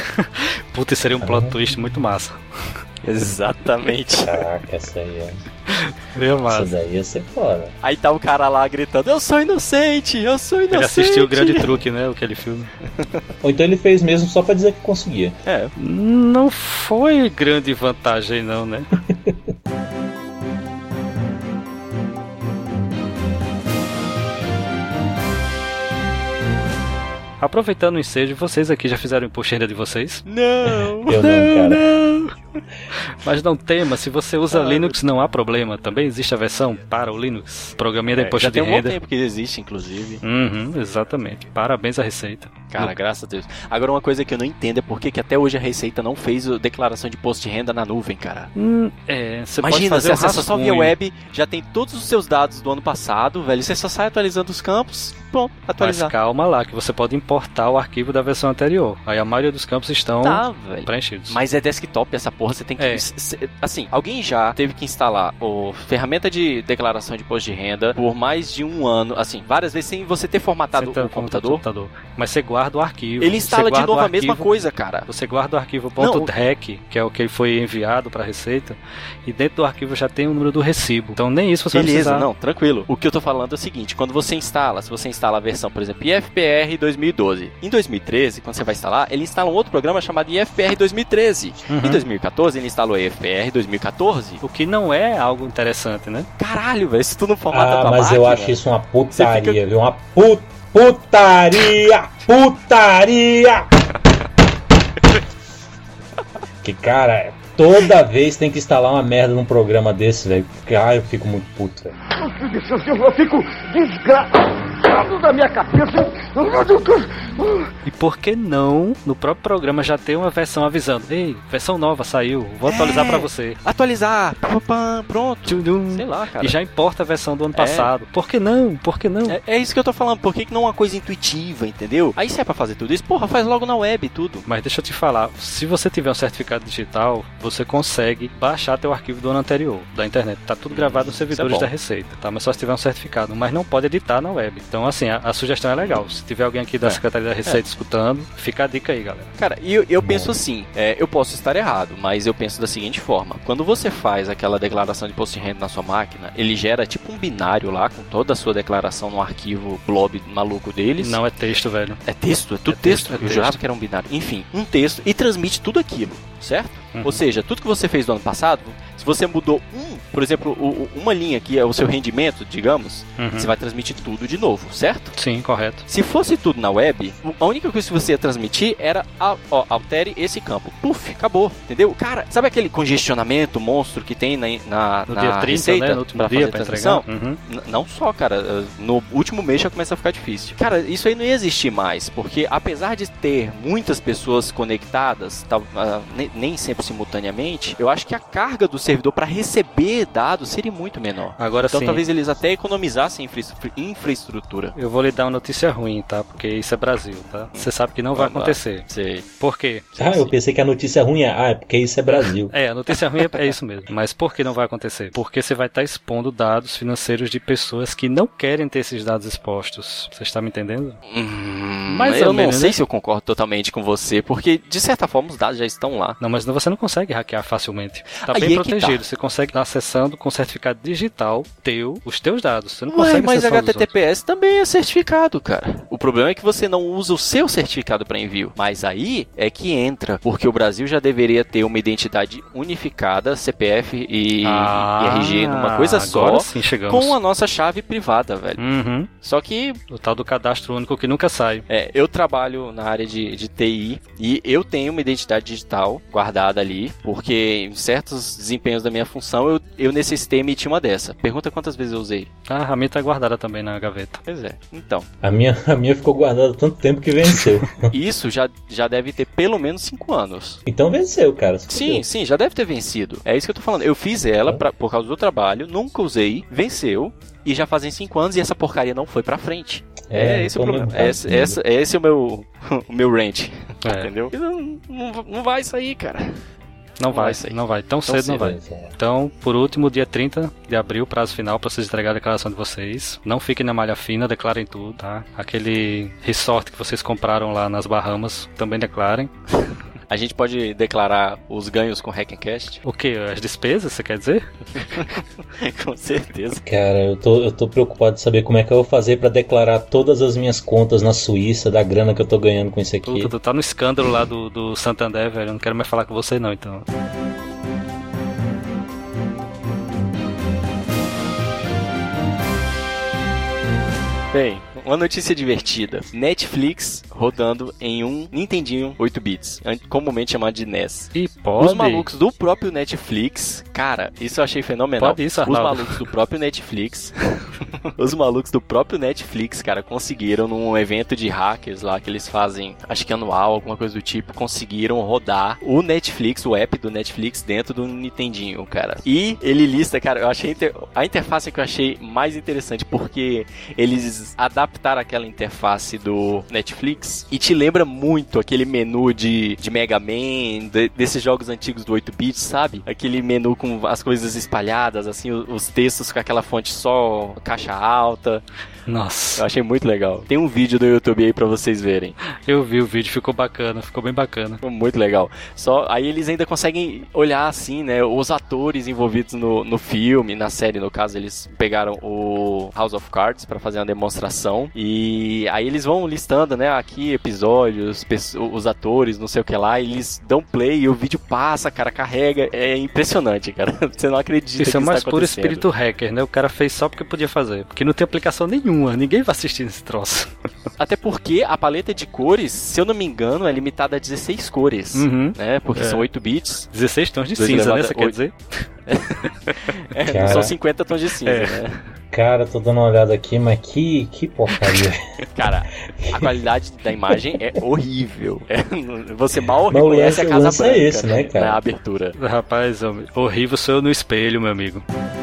Puta, seria um plot twist muito massa. Exatamente. Caraca, essa aí é... Seria massa. Isso daí ia ser foda. Aí tá o cara lá gritando, eu sou inocente, eu sou inocente. Ele assistiu o Grande Truque, né? Aquele filme. Ou então ele fez mesmo só pra dizer que conseguia. É. Não foi grande vantagem não, né? Aproveitando o ensejo, vocês aqui já fizeram o imposto de renda de vocês? Não, Eu não, cara. Não. Mas não tema, se você usa Linux não há problema. Também existe a versão para o Linux. Programinha de É, imposto já de tem um bom renda. tempo que existe, inclusive. Uhum, exatamente. Parabéns à Receita. Cara, No- graças a Deus. Agora, uma coisa que eu não entendo é por que que até hoje a Receita não fez a declaração de imposto de renda na nuvem, cara. Hum, é, você pode Imagina, fazer você um acessa só via rascunho. web, já tem todos os seus dados do ano passado, velho. Você só sai atualizando os campos, pronto, Mas atualizar. calma lá, que você pode importar o arquivo da versão anterior. Aí a maioria dos campos estão Tá, velho. preenchidos. Mas é desktop essa porra, você tem que... É. c- Assim, alguém já teve que instalar o ferramenta de declaração de imposto de renda por mais de um ano, assim, várias vezes sem você ter formatado Você tá o computador. Mas você guarda o arquivo. Ele Você instala de guarda novo o a mesma arquivo- coisa, cara. Você guarda o arquivo Não, Beleza, precisar. não, tranquilo. O que eu tô falando é o seguinte, quando você instala, se você instala a versão, por exemplo, I F P R dois mil e doze, em dois mil e treze, quando você vai instalar, ele instala um outro programa chamado I F P R dois mil e treze. Uhum. Em dois mil e quatorze, ele instalou I F P R dois mil e quatorze. O que não é algo interessante, né? Caralho, velho, isso tudo no formato da Ah, tua mas eu máquina. acho isso uma Você putaria, fica- viu? Uma put... putaria! Putaria! Que, cara, toda vez tem que instalar uma merda num programa desse, velho. Porque, ah, eu fico muito puto, velho. Eu fico desgraçado da minha cabeça. E por que não, no próprio programa já tem uma versão avisando: ei, versão nova saiu, vou atualizar É. pra você. Atualizar, pam, pam, pronto. Tchudum. Sei lá, cara. E já importa a versão do ano É. passado. Por que não? Por que não? É, é isso que eu tô falando, por que que não é uma coisa intuitiva, entendeu? Aí se é pra fazer tudo isso, porra, faz logo na web tudo. Mas deixa eu te falar, se você tiver um certificado digital, você consegue baixar teu arquivo do ano anterior, da internet. Tá tudo gravado nos servidores bom. da Receita, tá? Mas só se tiver um certificado, mas não pode editar na web. Então, assim, a, a sugestão é legal. Se tiver alguém aqui da É. Secretaria da Receita escutando, fica a dica aí, galera. Cara, e eu, eu penso assim, é, eu posso estar errado, mas eu penso da seguinte forma: quando você faz aquela declaração de imposto de renda na sua máquina, ele gera tipo um binário lá com toda a sua declaração no arquivo blob maluco deles. Não é texto, velho. É texto, é tudo É texto, texto. é Eu texto. jurava que era um binário. Enfim, um texto e transmite tudo aquilo, certo? Uhum. Ou seja, tudo que você fez do ano passado, se você mudou um, por exemplo, o, o, uma linha que é o seu rendimento, digamos, uhum. você vai transmitir tudo de novo, certo? Sim, correto. Se fosse tudo na web, a única coisa que você ia transmitir era, a, ó, altere esse campo. Puf, acabou, entendeu? Cara, sabe aquele congestionamento monstro que tem na, na, no na dia trinta, receita, né? No último pra dia, fazer pra transmissão? entregar? Uhum. N- não só, cara, no último mês já começa a ficar difícil. Cara, isso aí não ia existir mais, porque apesar de ter muitas pessoas conectadas, tá, uh, nem, nem sempre simultaneamente, eu acho que a carga do servidor para receber dados seria muito menor. Agora então sim. talvez eles até economizassem infra- infraestrutura. Eu vou lhe dar uma notícia ruim, tá? Porque isso é Brasil, tá? Você sabe que não vai Vamos acontecer. Sei. Por quê? Ah, eu pensei que a notícia ruim é, ah, é porque isso é Brasil. É, a notícia ruim é, é isso mesmo. Mas por que não vai acontecer? Porque você vai estar expondo dados financeiros de pessoas que não querem ter esses dados expostos. Você está me entendendo? Hum, Mais eu ou não menos, sei né? se eu concordo totalmente com você, porque de certa forma os dados já estão lá. Não, mas você não consegue hackear facilmente. Tá Aí bem é que protegido. tá. Você consegue estar acessando com certificado digital teu, os teus dados. Você não Ué, consegue mas acessar os H T T P S também é certificado, cara. O problema é que você não usa o seu certificado para envio. Mas aí é que entra, porque o Brasil já deveria ter uma identidade unificada, C P F e, ah, e R G numa coisa só, agora sim chegamos. com a nossa chave privada, velho. Uhum. Só que O tal do cadastro único que nunca sai. é, eu trabalho na área de, de T I e eu tenho uma identidade digital guardada ali, porque em certos desempenhos da minha função eu, eu necessitei emitir uma dessa. Pergunta quantas vezes eu usei. Ah, a minha tá guardada também na gaveta. Pois é. Então, A minha, a minha ficou guardada tanto tempo que venceu. isso já, já deve ter pelo menos cinco anos. Então venceu, cara. se Sim, fudeu. sim, já deve ter vencido. É isso que eu tô falando. Eu fiz ela pra, por causa do trabalho, nunca usei, venceu, e já fazem cinco anos e essa porcaria não foi pra frente. É, É, esse o tô problema. mesmo, Esse, essa, esse é o meu, o meu rant. É. Entendeu? Não, não, não vai sair, cara. Não, Não vai, vai sair. não vai. Tão, Tão cedo não cedo. vai. Pois é. Então, por último, dia trinta de abril, prazo final para vocês entregarem a declaração de vocês. Não fiquem na malha fina, declarem tudo, tá? Aquele resort que vocês compraram lá nas Bahamas, também declarem. A gente pode declarar os ganhos com Hackencast? O que? As despesas, você quer dizer? Com certeza. Cara, eu tô, eu tô preocupado de saber como é que eu vou fazer pra declarar todas as minhas contas na Suíça, da grana que eu tô ganhando com isso aqui. Tu, tu tá no escândalo lá do, do Santander, velho. Eu não quero mais falar com você, não, então. Bem, uma notícia divertida. Netflix rodando em um Nintendinho oito bits, comumente chamado de N E S. E pode... Os malucos do próprio Netflix, cara, isso eu achei fenomenal. Pode isso, Os Arnaldo. malucos do próprio Netflix, os malucos do próprio Netflix, cara, conseguiram num evento de hackers lá que eles fazem, acho que anual, alguma coisa do tipo, conseguiram rodar o Netflix, o app do Netflix dentro do Nintendinho, cara. E ele lista, cara, eu achei inter... a interface que eu achei mais interessante, porque eles adaptaram aquela interface do Netflix e te lembra muito aquele menu de, de Mega Man, de, desses jogos antigos do oito bits, sabe? Aquele menu com as coisas espalhadas, assim, os, os textos com aquela fonte só caixa alta. Nossa, Eu achei muito legal. Tem um vídeo do YouTube aí pra vocês verem. eu vi o vídeo, ficou bacana, ficou bem bacana. Ficou muito legal. Só aí eles ainda conseguem olhar assim, né? Os atores envolvidos no, no filme, na série, no caso, eles pegaram o House of Cards pra fazer uma demonstração. E aí eles vão listando, né? Aqui episódios, os atores, não sei o que lá. E eles dão play e o vídeo passa, cara, carrega. É impressionante, cara. Você não acredita Isso que é o mais isso tá puro acontecendo. espírito hacker, né? O cara fez só porque podia fazer. Porque não tem aplicação nenhuma. Ninguém vai assistir esse troço. Até porque a paleta de cores, se eu não me engano, é limitada a dezesseis cores. Uhum. Né? Porque É. são oito bits. dezesseis tons de Dois cinza, né? elevado Você a quer oito. dizer? É, não Cara. são cinquenta tons de cinza, É. né? Cara, tô dando uma olhada aqui, mas que, que porcaria. Cara, a qualidade da imagem é horrível. É, você mal Mas o reconhece lance- a o Casa lance é Branca, esse, né, cara? na abertura. Rapaz, homem, horrível sou eu no espelho, meu amigo.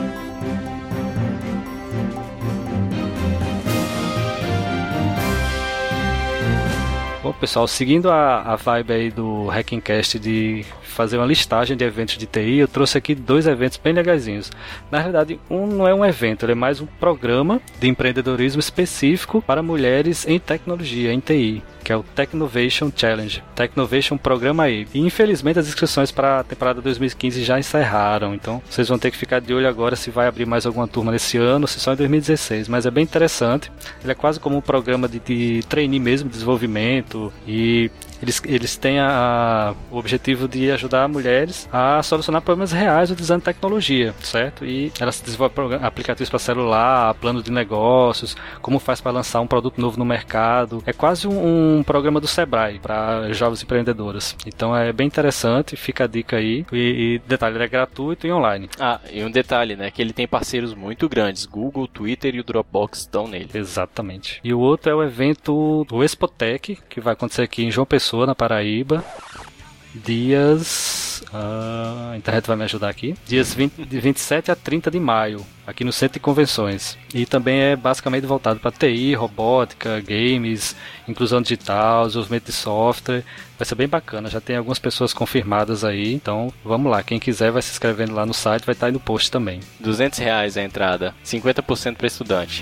Bom, pessoal, seguindo a, a vibe aí do Hackencast de fazer uma listagem de eventos de T I, eu trouxe aqui dois eventos bem legaisinhos. Na verdade, um não é um evento, ele é mais um programa de empreendedorismo específico para mulheres em tecnologia, em T I. que é o Technovation Challenge. Technovation programa aí. E infelizmente as inscrições para a temporada dois mil e quinze já encerraram, então vocês vão ter que ficar de olho agora se vai abrir mais alguma turma nesse ano, se só em dois mil e dezesseis, mas é bem interessante. Ele é quase como um programa de, de trainee mesmo, desenvolvimento, e Eles, eles têm a, o objetivo de ajudar mulheres a solucionar problemas reais utilizando tecnologia, certo? E elas desenvolvem aplicativos para celular, planos de negócios, como faz para lançar um produto novo no mercado. É quase um, um programa do Sebrae para jovens empreendedoras. Então é bem interessante, fica a dica aí. E, e detalhe, ele é gratuito e online. Ah, e um detalhe, né? Que ele tem parceiros muito grandes. Google, Twitter e o Dropbox estão nele. Exatamente. E o outro é o evento do Expotec, que vai acontecer aqui em João Pessoa, na Paraíba, dias... Uh, a internet vai me ajudar aqui. Dias vinte, de vinte e sete a trinta de maio, aqui no Centro de Convenções. E também é basicamente voltado para T I, robótica, games, inclusão digital, desenvolvimento de software. Vai ser bem bacana, já tem algumas pessoas confirmadas aí. Então vamos lá, quem quiser vai se inscrevendo lá no site, vai estar aí no post também. duzentos reais a entrada, cinquenta por cento para estudante.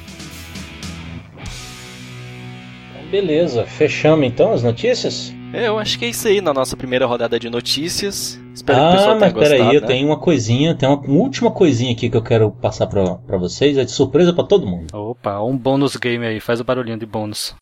Beleza, fechamos então as notícias? Eu acho que é isso aí na nossa primeira rodada de notícias. Espero ah, que o pessoal tenha mas peraí, gostado, eu né? tenho uma coisinha, tem uma, uma última coisinha aqui que eu quero passar pra, pra vocês, é de surpresa pra todo mundo. Opa, um bônus game aí, faz o barulhinho de bônus.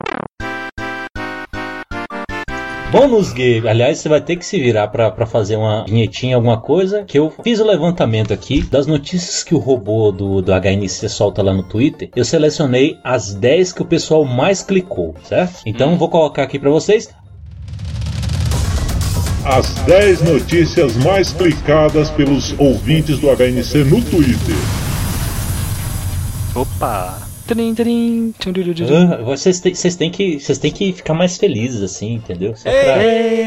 Bônus game, aliás, você vai ter que se virar pra, pra fazer uma vinhetinha, alguma coisa, que eu fiz o levantamento aqui das notícias que o robô do, do H N C solta lá no Twitter. Eu selecionei as dez que o pessoal mais clicou, certo? Então hum. vou colocar aqui pra vocês. As dez notícias mais clicadas pelos ouvintes do H N C no Twitter. Opa! Trim, trim, trim, trim, trim. Uh, vocês, têm, vocês, têm que, vocês têm que ficar mais felizes assim, entendeu? Só pra...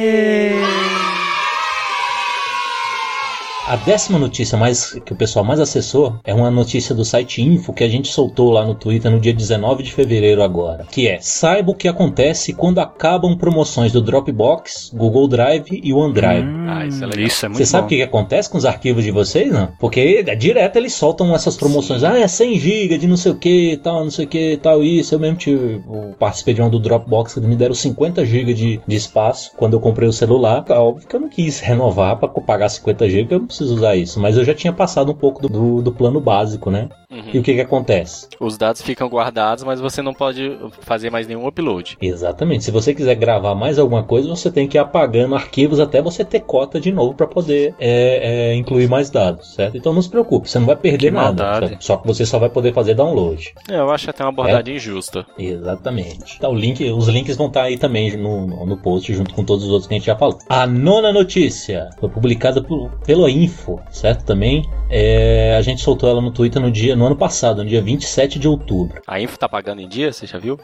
A décima notícia mais, que o pessoal mais acessou é uma notícia do site Info que a gente soltou lá no Twitter no dia dezenove de fevereiro agora, que é: saiba o que acontece quando acabam promoções do Dropbox, Google Drive e OneDrive. Hum, ah, isso é legal. Isso é muito Você sabe bom. o que, que acontece com os arquivos de vocês, não? Porque direto eles soltam essas promoções. Sim. Ah, é cem gigas de não sei o que, tal, não sei o que, tal, isso. Eu mesmo tive, eu participei de uma do Dropbox que me deram cinquenta gigas de, de espaço quando eu comprei o celular. Óbvio que eu não quis renovar para pagar cinquenta gigas, eu não preciso usar isso, mas eu já tinha passado um pouco do, do, do plano básico, né? Uhum. E o que que acontece? Os dados ficam guardados, mas você não pode fazer mais nenhum upload. Exatamente. Se você quiser gravar mais alguma coisa, você tem que ir apagando arquivos até você ter cota de novo para poder é, é, incluir mais dados, certo? Então não se preocupe, você não vai perder que nada. Certo? Só que você só vai poder fazer download. É, eu acho até uma abordagem é? injusta. Exatamente. Então, o link, os links vão estar aí também no, no post, junto com todos os outros que a gente já falou. A nona notícia foi publicada por, pelo Info, certo? Também é, a gente soltou ela no Twitter no dia, no ano passado, no dia vinte e sete de outubro. A Info tá pagando em dia, você já viu?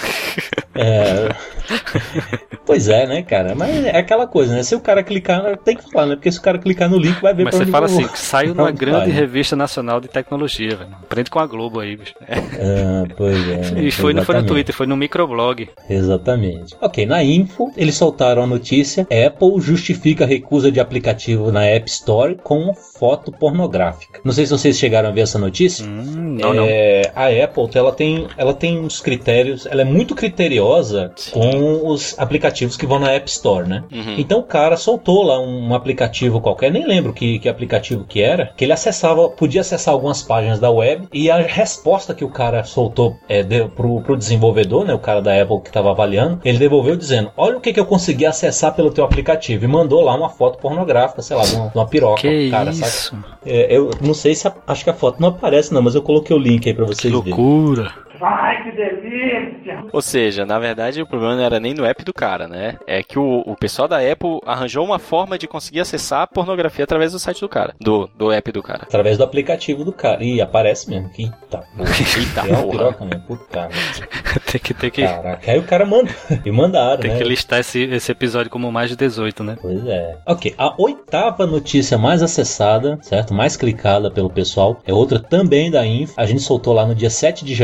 É... Pois é, né, cara? Mas é aquela coisa, né? Se o cara clicar, tem que falar, né? Porque se o cara clicar no link, vai ver. Mas pra você onde fala vou... assim, saiu numa grande vai. revista nacional de tecnologia, velho. Aprende com a Globo aí, bicho. Ah, pois é. E foi, não foi no Twitter, foi no microblog. Exatamente. Ok, na Info, eles soltaram a notícia: Apple justifica a recusa de aplicativo na App Store com foto pornográfica. Não sei se vocês chegaram a ver essa notícia. Hum, não, é, não. A Apple, ela tem, ela tem uns critérios, ela é muito criteriosa Sim. com os aplicativos que vão na App Store, né? Uhum. Então o cara soltou lá um, um aplicativo qualquer, nem lembro que, que aplicativo que era, que ele acessava, podia acessar algumas páginas da web, e a resposta que o cara soltou é, deu pro, pro desenvolvedor, né, o cara da Apple que estava avaliando, ele devolveu dizendo: olha o que, que eu consegui acessar pelo teu aplicativo, e mandou lá uma foto pornográfica, sei lá, de uma, de uma piroca. Que cara, isso? Sabe? É, eu não sei se a, acho que a foto não aparece não, mas eu coloquei o link aí pra vocês verem. Que loucura! Verem. Ai, que delícia! Ou seja, na verdade o problema não era nem no app do cara, né? É que o, o pessoal da Apple arranjou uma forma de conseguir acessar a pornografia através do site do cara, do, do app do cara. Através do aplicativo do cara. Ih, aparece mesmo. Eita porra. Eita é uma porra. piroca mesmo. Puta, tem que, tem que... Caraca, aí o cara manda. E mandaram, tem né? que listar esse, esse episódio como mais de dezoito, né? Pois é. Ok, a oitava notícia mais acessada, certo? Mais clicada pelo pessoal, é outra também da Info. A gente soltou lá no dia sete de janeiro,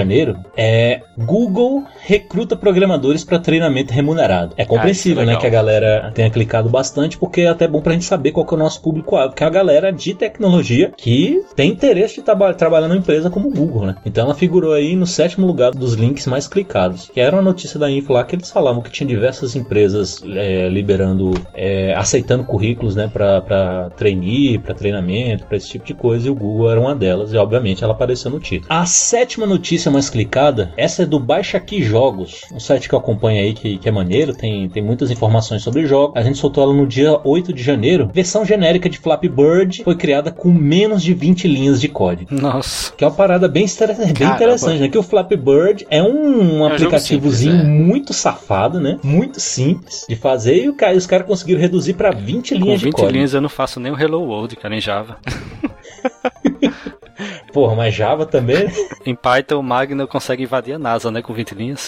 É, Google recruta programadores para treinamento remunerado. É compreensível, ah, é né, que a galera tenha clicado bastante, porque é até bom pra gente saber qual que é o nosso público-alvo, que é a galera de tecnologia que tem interesse de traba- trabalhar numa empresa como o Google, né? Então ela figurou aí no sétimo lugar dos links mais clicados, que era uma notícia da Info lá que eles falavam que tinha diversas empresas é, liberando, é, aceitando currículos, né, pra, pra trainee, pra treinamento, pra esse tipo de coisa, e o Google era uma delas, e obviamente ela apareceu no título. A sétima notícia mais clicada, essa é do Baixa Aqui Jogos, um site que eu acompanho aí que, que é maneiro, tem, tem muitas informações sobre jogos. A gente soltou ela no dia oito de janeiro. Versão genérica de Flappy Bird foi criada com menos de vinte linhas de código. Nossa. Que é uma parada bem, bem interessante, né? Que o Flappy Bird é um, um é aplicativozinho simples, é. muito safado, né? Muito simples de fazer, e o cara, os caras conseguiram reduzir para vinte linhas de código. Com vinte linhas eu não faço nem o Hello World, cara, em Java. Porra, mas Java também? Em Python o Magno consegue invadir a NASA, né? Com vinte linhas.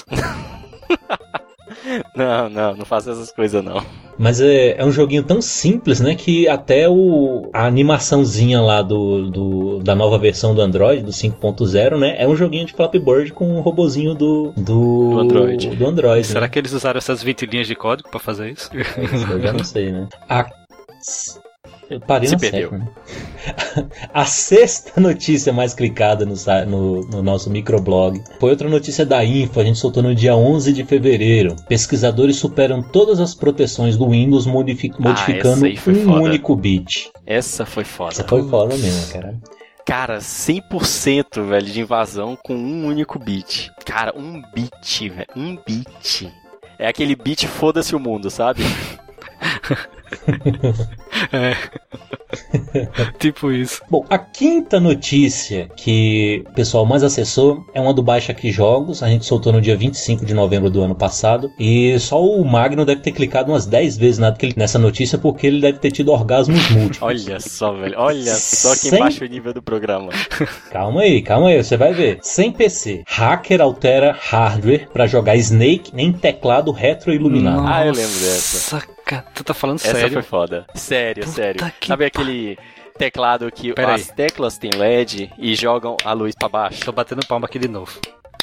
Não, não, não faço essas coisas não. Mas é, é um joguinho tão simples, né, que até o, a animaçãozinha lá do, do, da nova versão do Android, do cinco ponto zero, né, é um joguinho de Flappy Bird com um robozinho do, do, do Android. Do Android, Será né? que eles usaram essas vinte linhas de código pra fazer isso? É, eu já não sei, né. A... Eu parei Se na perdeu. sétima, né? A sexta notícia mais clicada no, no, no nosso microblog foi outra notícia da Info. A gente soltou no dia onze de fevereiro. Pesquisadores superam todas as proteções do Windows modific, modificando ah, um foda. único bit. Essa foi foda. Essa foi foda mesmo, cara. Cara, cem por cento, velho, de invasão com um único bit. Cara, um bit, velho. Um bit. É aquele bit foda-se o mundo, sabe? É. Tipo isso. Bom, a quinta notícia que o pessoal mais acessou é uma do Baixa Aqui Jogos. A gente soltou no dia vinte e cinco de novembro do ano passado. E só o Magno deve ter clicado umas dez vezes nessa notícia, porque ele deve ter tido orgasmos múltiplos. Olha só, velho. Olha só quem Sem... baixa o nível do programa. Calma aí, calma aí. Você vai ver. Sem P C, hacker altera hardware pra jogar Snake em teclado retroiluminado. Nossa, ah, eu lembro dessa. Cara, tu tá falando Essa sério? Essa foi foda. Sério, Puta sério. que Sabe aquele teclado que Pera as aí. teclas têm L E D e jogam a luz pra baixo? Tô batendo palma aqui de novo.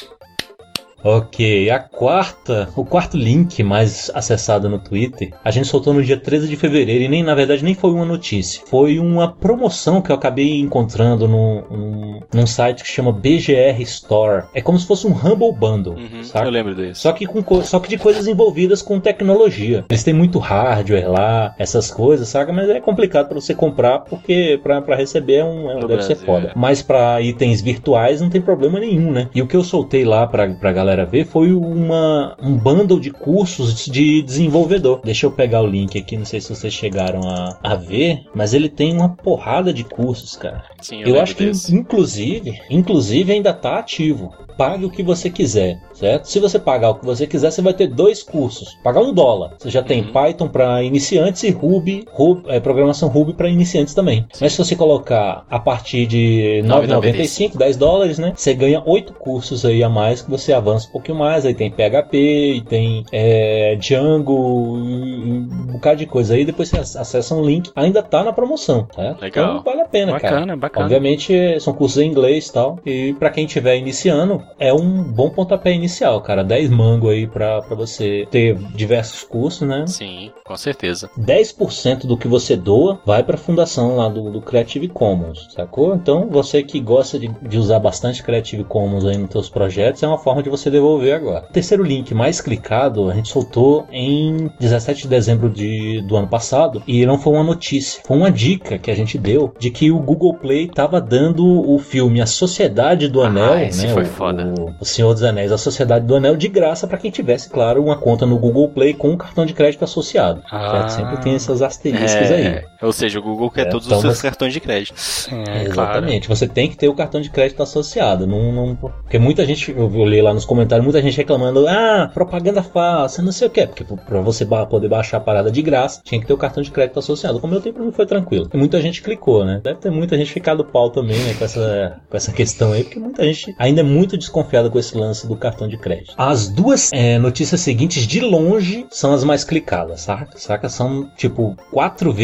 Ok, a quarta, o quarto link mais acessado no Twitter, a gente soltou no dia treze de fevereiro e nem, na verdade, nem foi uma notícia. Foi uma promoção que eu acabei encontrando num, num, num site que chama B G R Store. É como se fosse um Humble Bundle, Uhum, saca? eu lembro disso. Só que, com, só que de coisas envolvidas com tecnologia. Eles têm muito hardware lá, essas coisas, saca? Mas é complicado pra você comprar, porque pra, pra receber é um, é, deve Brasil, ser foda. é. Mas pra itens virtuais não tem problema nenhum, né? E o que eu soltei lá pra, pra galera ver foi uma, um bundle de cursos de desenvolvedor. Deixa eu pegar o link aqui, não sei se vocês chegaram a, a ver, mas ele tem uma porrada de cursos, cara. Sim, eu, Eu lembro acho que desse. inclusive, inclusive ainda tá ativo. Pague o que você quiser, certo? Se você pagar o que você quiser, você vai ter dois cursos. Pagar um dólar. Você já tem Uhum. Python para iniciantes e Ruby, Ruby é, programação Ruby para iniciantes também. Mas se você colocar a partir de nove reais e noventa e cinco centavos, dez dólares, né? Você ganha oito cursos aí a mais que você avança um pouquinho mais. Aí tem P H P, e tem é, Django, um bocado de coisa aí. Depois você acessa um link. Ainda tá na promoção, tá? Legal. Então vale a pena, cara. Bacana, bacana. Obviamente são cursos em inglês e tal. E pra quem estiver iniciando, é um bom pontapé inicial, cara. dez mango aí pra, pra você ter diversos cursos, né? Sim, com certeza. dez por cento do que você doa vai pra fundação lá do, do Creative Commons, sacou? Então, você que gosta de, de usar bastante Creative Commons aí nos seus projetos, é uma forma de você devolver agora. O terceiro link mais clicado, a gente soltou em dezessete de dezembro de, do ano passado, e não foi uma notícia, foi uma dica que a gente deu de que o Google Play tava dando o filme A Sociedade do Anel, Ah, esse né? foi o, foda. O, o Senhor dos Anéis, A Sociedade do Anel, de graça pra quem tivesse, claro, uma conta no Google Play com um cartão de crédito associado. Ah. Certo? Sempre tem esses asteriscos aí. É, ou seja, o Google quer É, todos então os seus você- cartões de crédito. Sim, é, claro. Exatamente, você tem que ter o cartão de crédito associado. Não, não, porque muita gente, eu li lá nos comentários, muita gente reclamando, ah, propaganda falsa, não sei o que, porque pra você ba- poder baixar a parada de graça, tinha que ter o cartão de crédito associado. Como eu tenho, pra mim foi tranquilo. E muita gente clicou, né? Deve ter muita gente ficado pau também, né, com essa, com essa questão aí, porque muita gente ainda é muito desconfiada com esse lance do cartão de crédito. As duas é, notícias seguintes, de longe, são as mais clicadas, saca? Saca? São, tipo, quatro vezes mais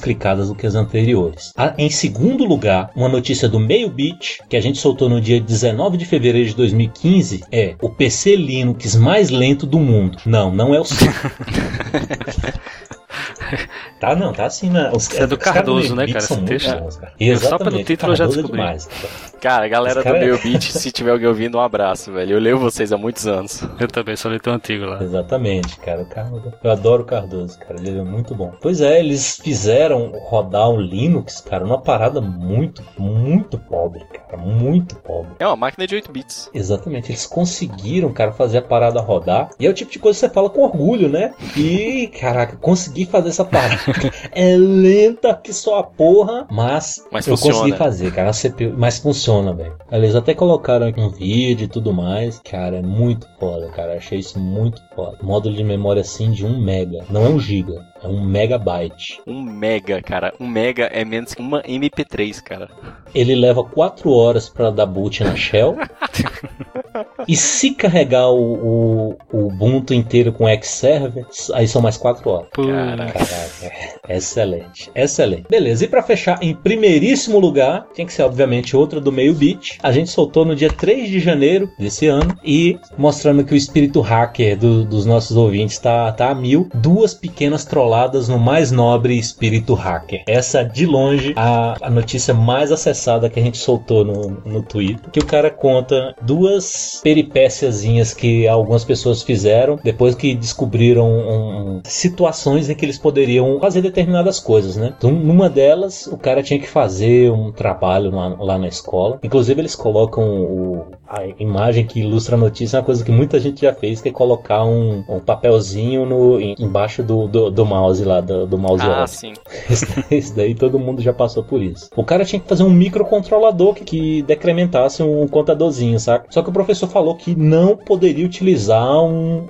clicadas do que as anteriores. Ah, em segundo lugar, uma notícia do Mailbit, que a gente soltou no dia dezenove de fevereiro de dois mil e quinze, é o P C Linux mais lento do mundo. Não, não é o seu. Tá, não, tá assim, né? Os, Isso é do Cardoso, né, cara? São Esse texto. muito bons, cara. Exatamente. Só pelo título eu já Cardoso é descobri. demais, cara. Cara, a galera cara do é- meu beat, se tiver alguém ouvindo, um abraço, velho. Eu leio vocês há muitos anos. Eu também sou leitor antigo lá. Exatamente, cara. O Cardoso, eu adoro o Cardoso, cara. Ele é muito bom. Pois é, eles fizeram rodar o Linux, cara, numa parada muito, muito pobre, cara. Muito pobre. É uma máquina de oito bits. Exatamente, eles conseguiram, cara, fazer a parada rodar. E é o tipo de coisa que você fala com orgulho, né? E, caraca, consegui fazer essa parada. É lenta que só a porra, mas, Mas eu funciona. consegui fazer, cara. A C P U, mas funciona, velho. Eles até colocaram aqui um vídeo e tudo mais. Cara, é muito foda, cara. Achei isso muito foda. Módulo de memória assim de um mega. Não é um giga, é um megabyte. Um mega, cara. Um mega é menos que uma M P três, cara. Ele leva quatro horas pra dar boot na shell. E se carregar o, o, o Ubuntu inteiro com Xserver, aí são mais quatro horas. Pô, Caraca, excelente, excelente. Beleza, e pra fechar, em primeiríssimo lugar, tinha que ser obviamente outra do Mailbit. A gente soltou no dia três de janeiro desse ano, e mostrando que o espírito hacker do, dos nossos ouvintes tá, tá a mil. Duas pequenas trolladas no mais nobre espírito hacker. Essa, de longe, a, a notícia mais acessada que a gente soltou no, no Twitter, que o cara conta duas peripéciazinhas que algumas pessoas fizeram depois que descobriram um, situações em que eles poderiam fazer determinadas coisas, né? Então, numa delas, o cara tinha que fazer um trabalho lá, lá na escola. Inclusive, eles colocam o, a imagem que ilustra a notícia, é uma coisa que muita gente já fez, que é colocar um, um papelzinho no, em, embaixo do, do, do mouse lá, do, do mouse Ah, off. sim. Isso daí todo mundo já passou por isso. O cara tinha que fazer um microcontrolador que, que decrementasse um contadorzinho, saca? Só que o professor falou que não poderia utilizar um,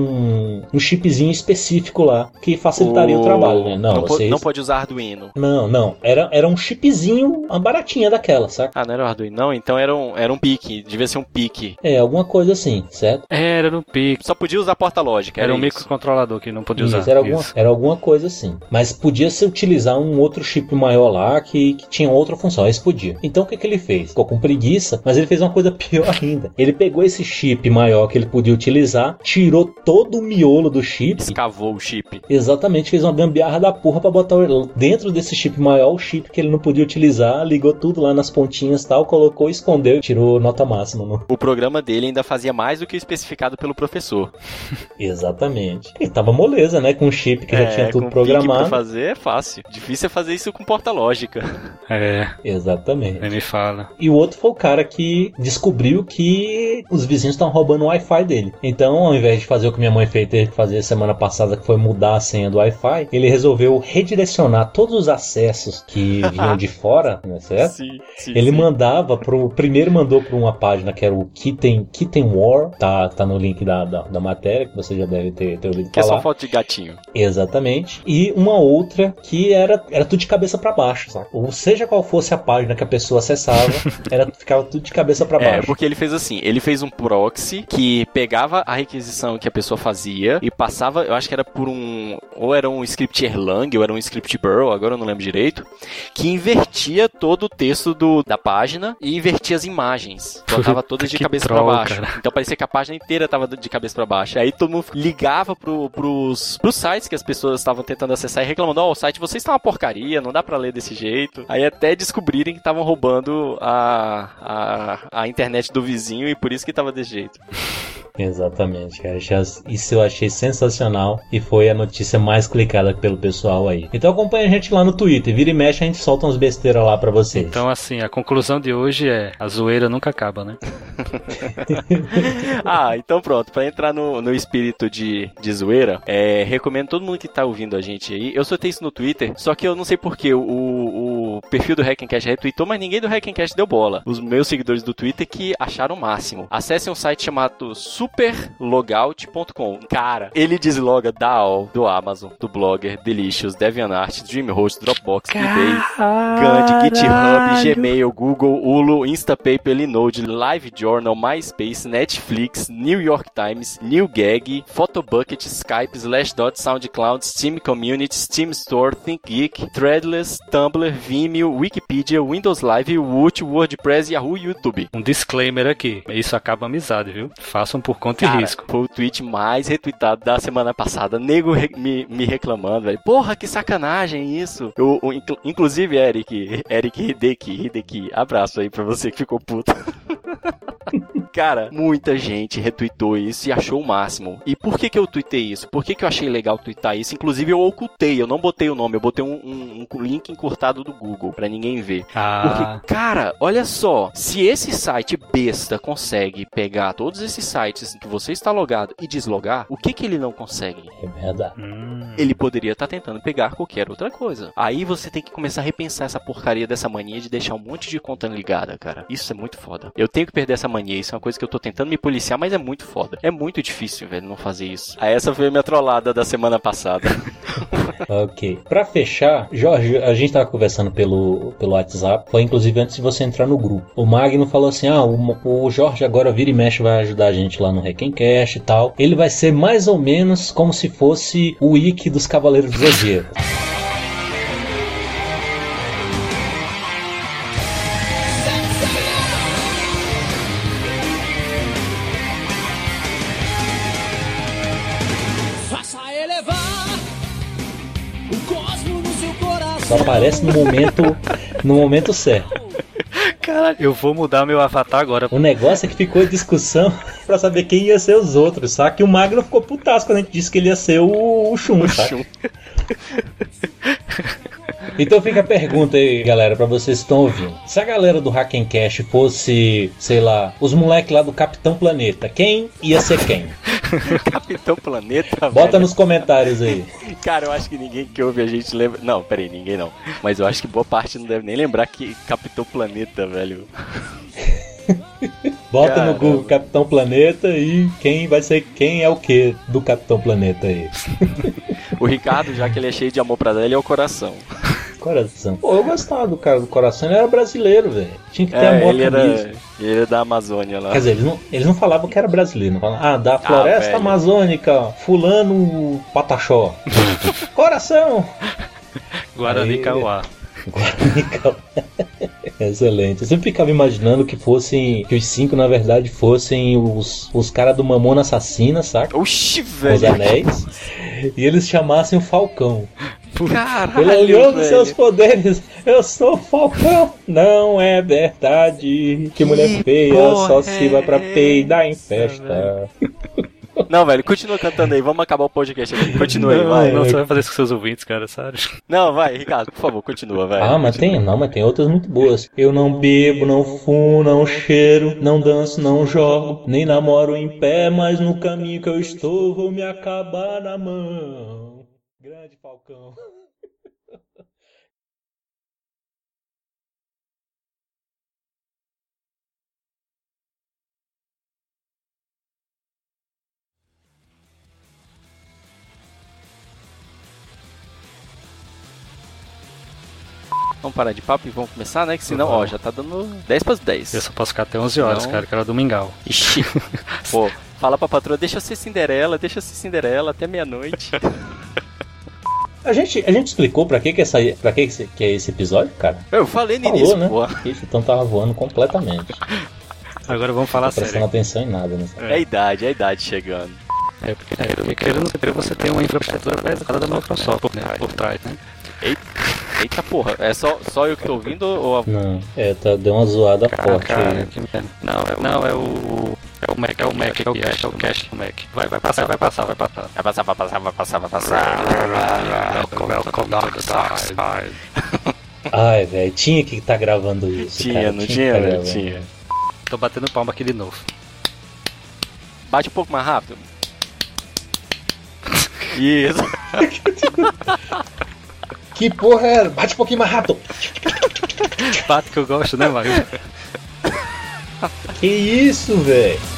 um, um chipzinho específico lá, que facilitaria o, o trabalho, né? Não, não, vocês... po não pode usar Arduino. Não, não. Era, era um chipzinho, uma baratinha daquela, saca? Ah, não era Arduino, não? Então era um, era um pique. Devia ser um pique. É, alguma coisa assim, certo? Era no pico. Só podia usar porta lógica. Era, Era um isso. microcontrolador que não podia Isso, usar. era, alguma, Isso. era alguma coisa assim. Mas podia se utilizar um outro chip maior lá que, que tinha outra função. Esse podia. Então o que, que ele fez? Ficou com preguiça, mas ele fez uma coisa pior ainda. Ele pegou esse chip maior que ele podia utilizar, tirou todo o miolo do chip. Escavou o chip. Exatamente, fez uma gambiarra da porra pra botar dentro desse chip maior o chip que ele não podia utilizar, ligou tudo lá nas pontinhas e tal, colocou, escondeu e tirou nota máxima. No... O programa dele ainda fazia mais do que o especificado pelo professor. Exatamente. E tava moleza, né? Com um chip que é, já tinha tudo com programado. Pra fazer é fácil. Difícil é fazer isso com porta lógica. É. Exatamente. Nem me fala. E o outro foi o cara que descobriu que os vizinhos estavam roubando o Wi-Fi dele. Então, ao invés de fazer o que minha mãe fez, teve que fazer semana passada, que foi mudar a senha do Wi-Fi, ele resolveu redirecionar todos os acessos que vinham de fora, né, certo? Sim, sim, Ele sim. mandava pro... Primeiro mandou para uma página que era o Kitten, Kitten War, tá, tá no link da, da, da matéria, que você já deve ter, ter ouvido Que é falar. só foto de gatinho. Exatamente. E uma outra que era, era tudo de cabeça para baixo, sabe? Ou seja qual fosse a página que a pessoa acessava, era, ficava tudo de cabeça para É, baixo. porque ele fez assim, ele fez um proxy que pegava a requisição que a pessoa fazia e passava, eu acho que era por um, ou era um script Erlang, ou era um script Perl, agora eu não lembro direito, que invertia todo o texto do, da página e invertia as imagens. Botava todas de Que cabeça troll, para baixo. cara. Então parecia que a página inteira tava de cabeça para baixo. Aí todo mundo ligava pro, pros, pros sites que as pessoas estavam tentando acessar e reclamando, ó, oh, o site vocês estão uma porcaria, não dá pra ler desse jeito. Aí até descobrirem que estavam roubando a, a, a internet do vizinho e por isso que tava desse jeito. Exatamente, cara. Isso eu achei sensacional e foi a notícia mais clicada pelo pessoal aí. Então acompanha a gente lá no Twitter. Vira e mexe, a gente solta uns besteiras lá pra vocês. Então, assim, a conclusão de hoje é: a zoeira nunca acaba, né? Ah, então pronto. Pra entrar no, no espírito de, de zoeira, é, recomendo todo mundo que tá ouvindo a gente aí. Eu soltei isso no Twitter, só que eu não sei porquê. O, o perfil do Hackencast retweetou, mas ninguém do Hackencast deu bola. Os meus seguidores do Twitter que acharam o máximo. Acessem um site chamado Super superlogout ponto com. Cara, ele desloga da A O L, do Amazon, do Blogger, Delicious, DeviantArt, DreamHost, Dropbox, eBay, Gand, GitHub, Gmail, Google, Hulu, Instapaper, Linode, LiveJournal, MySpace, Netflix, New York Times, NewGag, Photobucket, Skype, Slashdot, SoundCloud, Steam Community, Steam Store, ThinkGeek, Threadless, Tumblr, Vimeo, Wikipedia, Windows Live, Woot, WordPress, Yahoo e YouTube. Um disclaimer aqui, isso acaba a amizade, viu? Façam por conta Cara, e risco. Foi o tweet mais retweetado da semana passada. Nego re- me, me reclamando, velho. Porra, que sacanagem isso. Eu, eu, inclu- inclusive, Eric, Eric Hideki, Hideki, abraço aí pra você que ficou puto. Cara, muita gente retweetou isso e achou o máximo. E por que que eu tuitei isso? Por que que eu achei legal twittar isso? Inclusive eu ocultei, eu não botei o nome, eu botei um, um, um link encurtado do Google, pra ninguém ver. Ah. Porque, cara, olha só, se esse site besta consegue pegar todos esses sites em que você está logado e deslogar, o que que ele não consegue? É verdade. Hum. Ele poderia estar tentando pegar qualquer outra coisa. Aí você tem que começar a repensar essa porcaria dessa mania de deixar um monte de conta ligada, cara. Isso é muito foda. Eu tenho que perder essa mania, isso é uma coisa que eu tô tentando me policiar, mas é muito foda. É muito difícil, velho, não fazer isso. Aí essa foi a minha trollada da semana passada. Ok. Pra fechar, Jorge, a gente tava conversando pelo, pelo WhatsApp, foi inclusive antes de você entrar no grupo. O Magno falou assim, ah, o, o Jorge agora vira e mexe vai ajudar a gente lá no Requencast e tal. Ele vai ser mais ou menos como se fosse o wiki dos Cavaleiros do Zodíaco. Só aparece no momento, no momento certo. Caralho, eu vou mudar meu avatar agora. O negócio é que ficou em discussão pra saber quem ia ser os outros, sabe? Que o Magno ficou putaço quando a gente disse que ele ia ser o, o Shun, sabe? Então fica a pergunta aí, galera, pra vocês que estão ouvindo. Se a galera do Hackencast fosse, sei lá, os moleques lá do Capitão Planeta, quem ia ser quem? Capitão Planeta, Bota velho. nos comentários aí. Cara, eu acho que ninguém que ouve a gente lembra... Não, peraí, ninguém não. Mas eu acho que boa parte não deve nem lembrar que Capitão Planeta, velho. Bota Caramba. no Google Capitão Planeta e quem vai ser quem é o que do Capitão Planeta aí. O Ricardo, já que ele é cheio de amor pra dar, ele é o coração. Coração. Pô, eu gostava do cara do coração, ele era brasileiro, velho. Tinha que ter É, amor ele mesmo. era, ele era da Amazônia lá. Quer dizer, eles não, eles não falavam que era brasileiro, não falavam, ah, da floresta velho. amazônica, fulano Pataxó. Coração! Guarani Aí- Kauá. Guarani Kauá. Excelente. Eu sempre ficava imaginando que fossem, que os cinco na verdade fossem os, os caras do Mamona Assassina, saca? Oxi, Os velho. anéis. E eles chamassem o Falcão. Caralho, Ele olhou nos velho. seus poderes. Eu sou o Falcão. Não é verdade. Que mulher feia porra só se vai pra é peidar em essa, festa. Não, velho, continua cantando aí. Vamos acabar o podcast aqui. Continua aí, Não, vai. não, você vai fazer isso com seus ouvintes, cara, sério. Não, vai, Ricardo, por favor, continua, vai. Ah, mas tem, não, mas tem outras muito boas. Eu não bebo, não fumo, não cheiro, não danço, não jogo, nem namoro em pé, mas no caminho que eu estou vou me acabar na mão. Grande Falcão. Vamos parar de papo e vamos começar, né? Que senão, ó, já tá dando dez para as dez. Eu só posso ficar até onze horas, Não. cara, que era domingão. Ixi. Pô, fala pra patroa, deixa eu ser Cinderela, deixa eu ser Cinderela até meia-noite. A gente, a gente explicou pra que que, essa, pra que, que esse- que é esse episódio, cara? Eu falei no Falou, início, né? pô. Ixi, então tava voando completamente. Agora vamos falar Não prestando sério. atenção em nada, né? É a idade, é a idade chegando. É, porque, é, porque querendo ou não, você tem uma infraestrutura pesada da Microsoft por, né, por trás, né? Eita porra, é só, só eu que tô ouvindo ou a... Não, é, tá, deu uma zoada Cara, forte cara, aí. que merda. Não, é o, não, é o. É o Mac, é o Mac, é o cache, é o cache do Mac. Vai, vai passar, vai passar, vai passar. Vai passar, vai passar, vai passar, vai passar. Welcome, welcome, dark side. Ai, velho, tinha que estar gravando isso. Tinha, cara, não que tinha, tá velho? gravando. Tinha. Tô batendo palma aqui de novo. Bate um pouco mais rápido. Isso. Que porra era? Bate um pouquinho mais rápido. Bate que eu gosto, né, Mario? Que isso, velho?